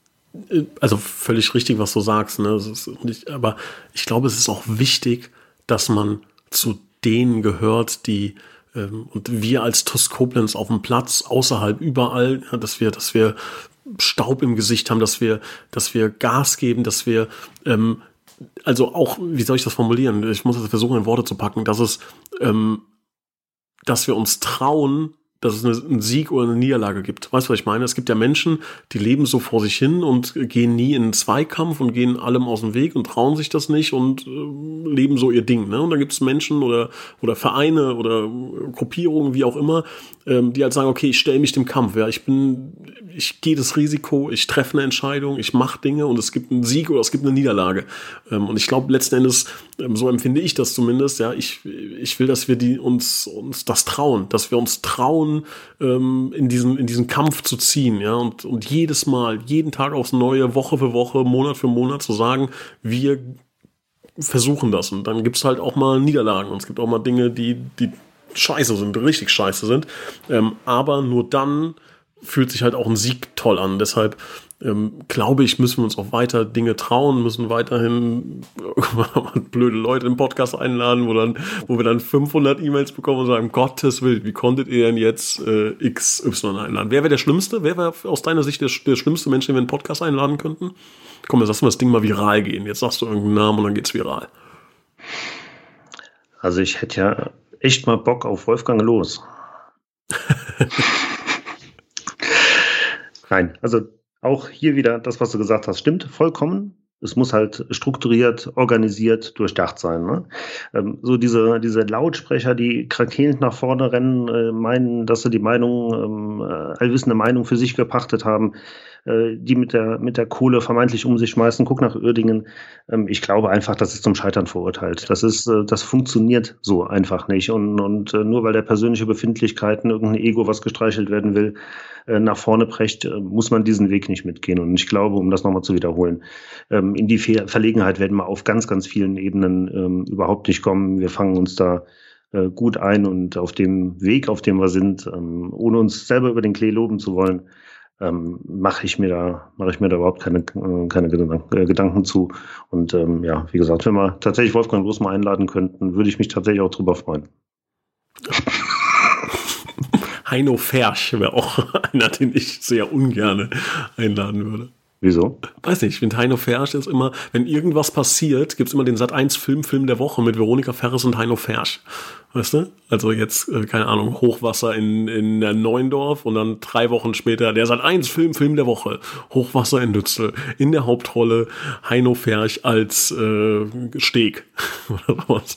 also völlig richtig, was du sagst, ne? Es ist nicht, aber ich glaube, es ist auch wichtig, dass man zu denen gehört, die ähm, und wir als TuS Koblenz auf dem Platz, außerhalb, überall, ja, dass wir, dass wir Staub im Gesicht haben, dass wir, dass wir Gas geben, dass wir ähm, also auch, wie soll ich das formulieren? Ich muss das versuchen, in Worte zu packen, dass es, ähm, dass wir uns trauen, dass es einen Sieg oder eine Niederlage gibt. Weißt du, was ich meine? Es gibt ja Menschen, die leben so vor sich hin und gehen nie in einen Zweikampf und gehen allem aus dem Weg und trauen sich das nicht und äh, leben so ihr Ding. Ne? Und da gibt es Menschen oder, oder Vereine oder Gruppierungen, wie auch immer, ähm, die halt sagen, okay, ich stelle mich dem Kampf. Ja, ich bin, ich gehe das Risiko, ich treffe eine Entscheidung, ich mache Dinge und es gibt einen Sieg oder es gibt eine Niederlage. Ähm, und ich glaube, letzten Endes, ähm, so empfinde ich das zumindest, ja, ich, ich will, dass wir die uns, uns das trauen, dass wir uns trauen, in diesen, in diesen Kampf zu ziehen, ja, und, und jedes Mal, jeden Tag aufs Neue, Woche für Woche, Monat für Monat zu sagen, wir versuchen das. Und dann gibt es halt auch mal Niederlagen und es gibt auch mal Dinge, die, die scheiße sind, richtig scheiße sind. Ähm, aber nur dann fühlt sich halt auch ein Sieg toll an. Deshalb ähm, glaube ich, müssen wir uns auch weiter Dinge trauen, müssen weiterhin blöde Leute im Podcast einladen, wo dann, wo wir dann fünfhundert E-Mails bekommen und sagen, Gottes Willen, wie konntet ihr denn jetzt äh, X Y einladen? Wer wäre der Schlimmste? Wer wäre aus deiner Sicht der, der schlimmste Mensch, den wir in den Podcast einladen könnten? Komm, jetzt lassen wir das Ding mal viral gehen. Jetzt sagst du irgendeinen Namen und dann geht's viral. Also ich hätte ja echt mal Bock auf Wolfgang Loos. Nein, also auch hier wieder das, was du gesagt hast, stimmt vollkommen. Es muss halt strukturiert, organisiert, durchdacht sein. Ne? Ähm, so diese, diese Lautsprecher, die krakelnd nach vorne rennen, äh, meinen, dass sie die Meinung, ähm, allwissende Meinung für sich gepachtet haben, äh, die mit der, mit der Kohle vermeintlich um sich schmeißen. Guck nach Uerdingen. Ähm, ich glaube einfach, das ist zum Scheitern verurteilt. Das ist, äh, das funktioniert so einfach nicht. Und, und äh, nur weil der persönliche Befindlichkeiten, irgendein Ego, was gestreichelt werden will, äh, nach vorne brecht, äh, muss man diesen Weg nicht mitgehen. Und ich glaube, um das nochmal zu wiederholen, ähm, in die Ver- Verlegenheit werden wir auf ganz, ganz vielen Ebenen ähm, überhaupt nicht kommen. Wir fangen uns da äh, gut ein und auf dem Weg, auf dem wir sind, ähm, ohne uns selber über den Klee loben zu wollen, ähm, mache ich mir da, mache ich mir da überhaupt keine, äh, keine Gedanken, äh, Gedanken zu. Und ähm, ja, wie gesagt, wenn wir tatsächlich Wolfgang Loos mal einladen könnten, würde ich mich tatsächlich auch drüber freuen. Heino Ferch wäre auch einer, den ich sehr ungern einladen würde. Wieso? Weiß nicht, ich finde Heino Ferch ist immer, wenn irgendwas passiert, gibt's immer den Sat eins Film, Film der Woche mit Veronika Ferres und Heino Ferch. Weißt du? Also jetzt, äh, keine Ahnung, Hochwasser in, in der Neuendorf und dann drei Wochen später der Sat eins Film, Film der Woche. Hochwasser in Lützel. In der Hauptrolle Heino Ferch als äh, Steg. Oder sowas.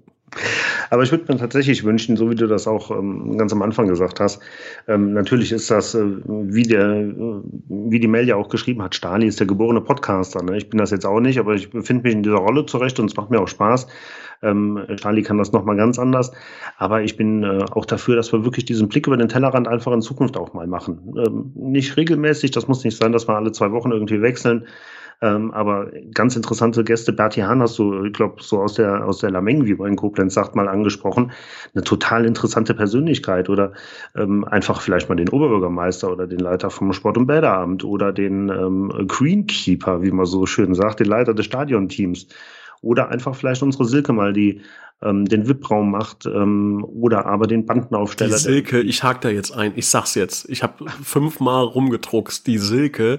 Aber ich würde mir tatsächlich wünschen, so wie du das auch ähm, ganz am Anfang gesagt hast, ähm, natürlich ist das, äh, wie der, äh, wie die Mail ja auch geschrieben hat, Stali ist der geborene Podcaster. Ne? Ich bin das jetzt auch nicht, aber ich finde mich in dieser Rolle zurecht und es macht mir auch Spaß. Ähm, Stali kann das nochmal ganz anders. Aber ich bin äh, auch dafür, dass wir wirklich diesen Blick über den Tellerrand einfach in Zukunft auch mal machen. Ähm, nicht regelmäßig, das muss nicht sein, dass wir alle zwei Wochen irgendwie wechseln. Ähm, aber ganz interessante Gäste, Berti Hahn hast du, ich glaube, so aus der aus der Lameng, wie man in Koblenz sagt, mal angesprochen. Eine total interessante Persönlichkeit oder ähm, einfach vielleicht mal den Oberbürgermeister oder den Leiter vom Sport- und Bäderamt oder den ähm, Greenkeeper, wie man so schön sagt, den Leiter des Stadionteams. Oder einfach vielleicht unsere Silke mal, die ähm, den V I P-Raum macht ähm, oder aber den Bandenaufsteller. Die Silke, ich hake da jetzt ein, ich sag's jetzt, ich habe fünfmal rumgedruckst, die Silke,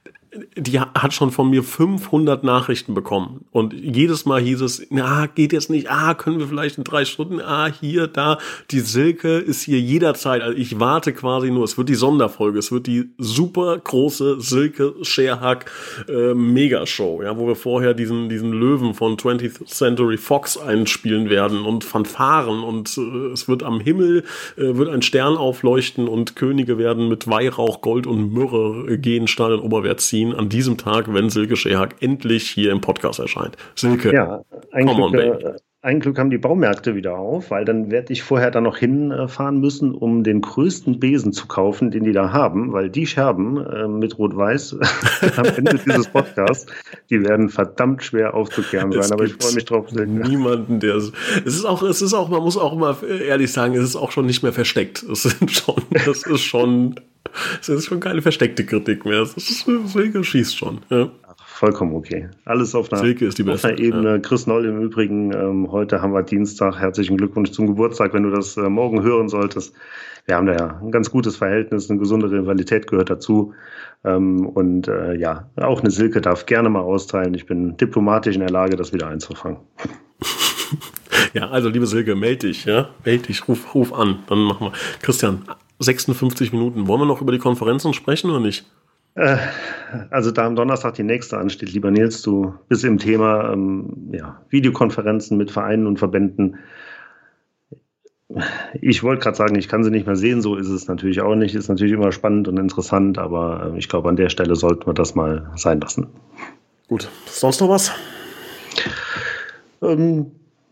die hat schon von mir fünfhundert Nachrichten bekommen und jedes Mal hieß es, na, geht jetzt nicht, ah, können wir vielleicht in drei Stunden, ah, hier, da, die Silke ist hier jederzeit, also ich warte quasi nur, es wird die Sonderfolge, es wird die super große Silke Scherhack äh, Megashow, ja, wo wir vorher diesen diesen Löwen von twentieth Century Fox einspielen werden und Fanfaren und äh, es wird am Himmel, äh, wird ein Stern aufleuchten und Könige werden mit Weihrauch, Gold und Myrrhe äh, gehen, Stein und oberwärts ziehen an diesem Tag, wenn Silke Scherhack endlich hier im Podcast erscheint. Silke, ja, ein come Glück, on, baby. Ein Glück haben die Baumärkte wieder auf, weil dann werde ich vorher dann noch hinfahren müssen, um den größten Besen zu kaufen, den die da haben, weil die Scherben äh, mit Rot-Weiß am Ende dieses Podcasts, die werden verdammt schwer aufzukehren sein, aber ich freue mich drauf. Niemanden, der es ist auch, es ist auch, man muss auch mal ehrlich sagen, es ist auch schon nicht mehr versteckt. Es sind schon, das ist schon, es ist schon keine versteckte Kritik mehr. Es ist, Silke schießt schon. Ja. Vollkommen okay. Alles auf einer, Silke ist die beste, auf einer Ebene. Ja. Chris Noll im Übrigen, ähm, heute haben wir Dienstag. Herzlichen Glückwunsch zum Geburtstag, wenn du das äh, morgen hören solltest. Wir haben da ja ein ganz gutes Verhältnis, eine gesunde Rivalität gehört dazu. Ähm, und äh, ja, auch eine Silke darf gerne mal austeilen. Ich bin diplomatisch in der Lage, das wieder einzufangen. Ja, also liebe Silke, meld dich, ja, meld dich, ruf, ruf an, dann machen wir. Christian, sechsundfünfzig Minuten. Wollen wir noch über die Konferenzen sprechen oder nicht? Also da am Donnerstag die nächste ansteht, lieber Nils, du bist im Thema ähm, ja, Videokonferenzen mit Vereinen und Verbänden. Ich wollte gerade sagen, ich kann sie nicht mehr sehen, so ist es natürlich auch nicht. Ist natürlich immer spannend und interessant, aber äh, ich glaube, an der Stelle sollten wir das mal sein lassen. Gut, sonst noch was? Ähm,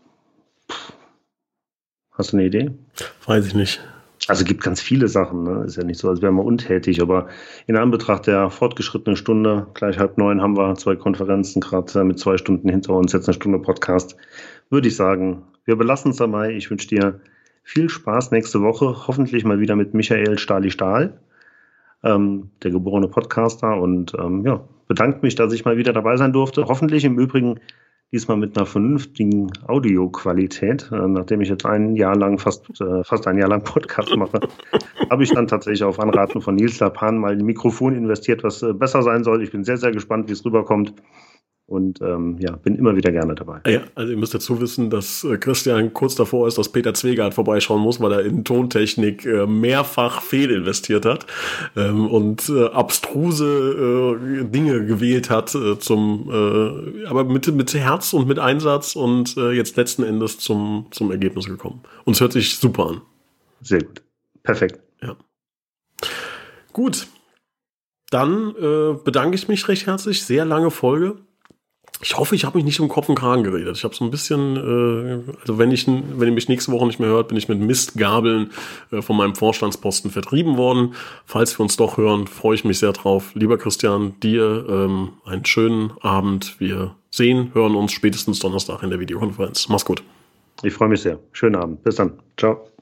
hast du eine Idee? Weiß ich nicht. Also gibt ganz viele Sachen, ne? Ist ja nicht so, als wären wir untätig, aber in Anbetracht der fortgeschrittenen Stunde, gleich halb neun haben wir zwei Konferenzen, gerade mit zwei Stunden hinter uns, jetzt eine Stunde Podcast, würde ich sagen, wir belassen es dabei. Ich wünsche dir viel Spaß nächste Woche, hoffentlich mal wieder mit Michael Stali-Stahl, ähm, der geborene Podcaster und ähm, ja, bedanke mich, dass ich mal wieder dabei sein durfte. Hoffentlich im Übrigen diesmal mit einer vernünftigen Audioqualität. Äh, nachdem ich jetzt ein Jahr lang, fast, äh, fast ein Jahr lang Podcast mache, habe ich dann tatsächlich auf Anraten von Nils Lappan mal ein Mikrofon investiert, was äh, besser sein soll. Ich bin sehr, sehr gespannt, wie es rüberkommt. Und ähm, ja, bin immer wieder gerne dabei. Ja, also ihr müsst dazu wissen, dass äh, Christian kurz davor ist, dass Peter Zwegert vorbeischauen muss, weil er in Tontechnik äh, mehrfach fehlinvestiert hat ähm, und äh, abstruse äh, Dinge gewählt hat, äh, zum, äh, aber mit, mit Herz und mit Einsatz und äh, jetzt letzten Endes zum, zum Ergebnis gekommen. Und es hört sich super an. Sehr gut. Perfekt. Ja. Gut. Dann äh, bedanke ich mich recht herzlich. Sehr lange Folge. Ich hoffe, ich habe mich nicht um Kopf und Kragen geredet. Ich habe so ein bisschen, äh, also wenn ich, wenn ihr mich nächste Woche nicht mehr hört, bin ich mit Mistgabeln äh, von meinem Vorstandsposten vertrieben worden. Falls wir uns doch hören, freue ich mich sehr drauf. Lieber Christian, dir ähm, einen schönen Abend. Wir sehen, hören uns spätestens Donnerstag in der Videokonferenz. Mach's gut. Ich freue mich sehr. Schönen Abend. Bis dann. Ciao.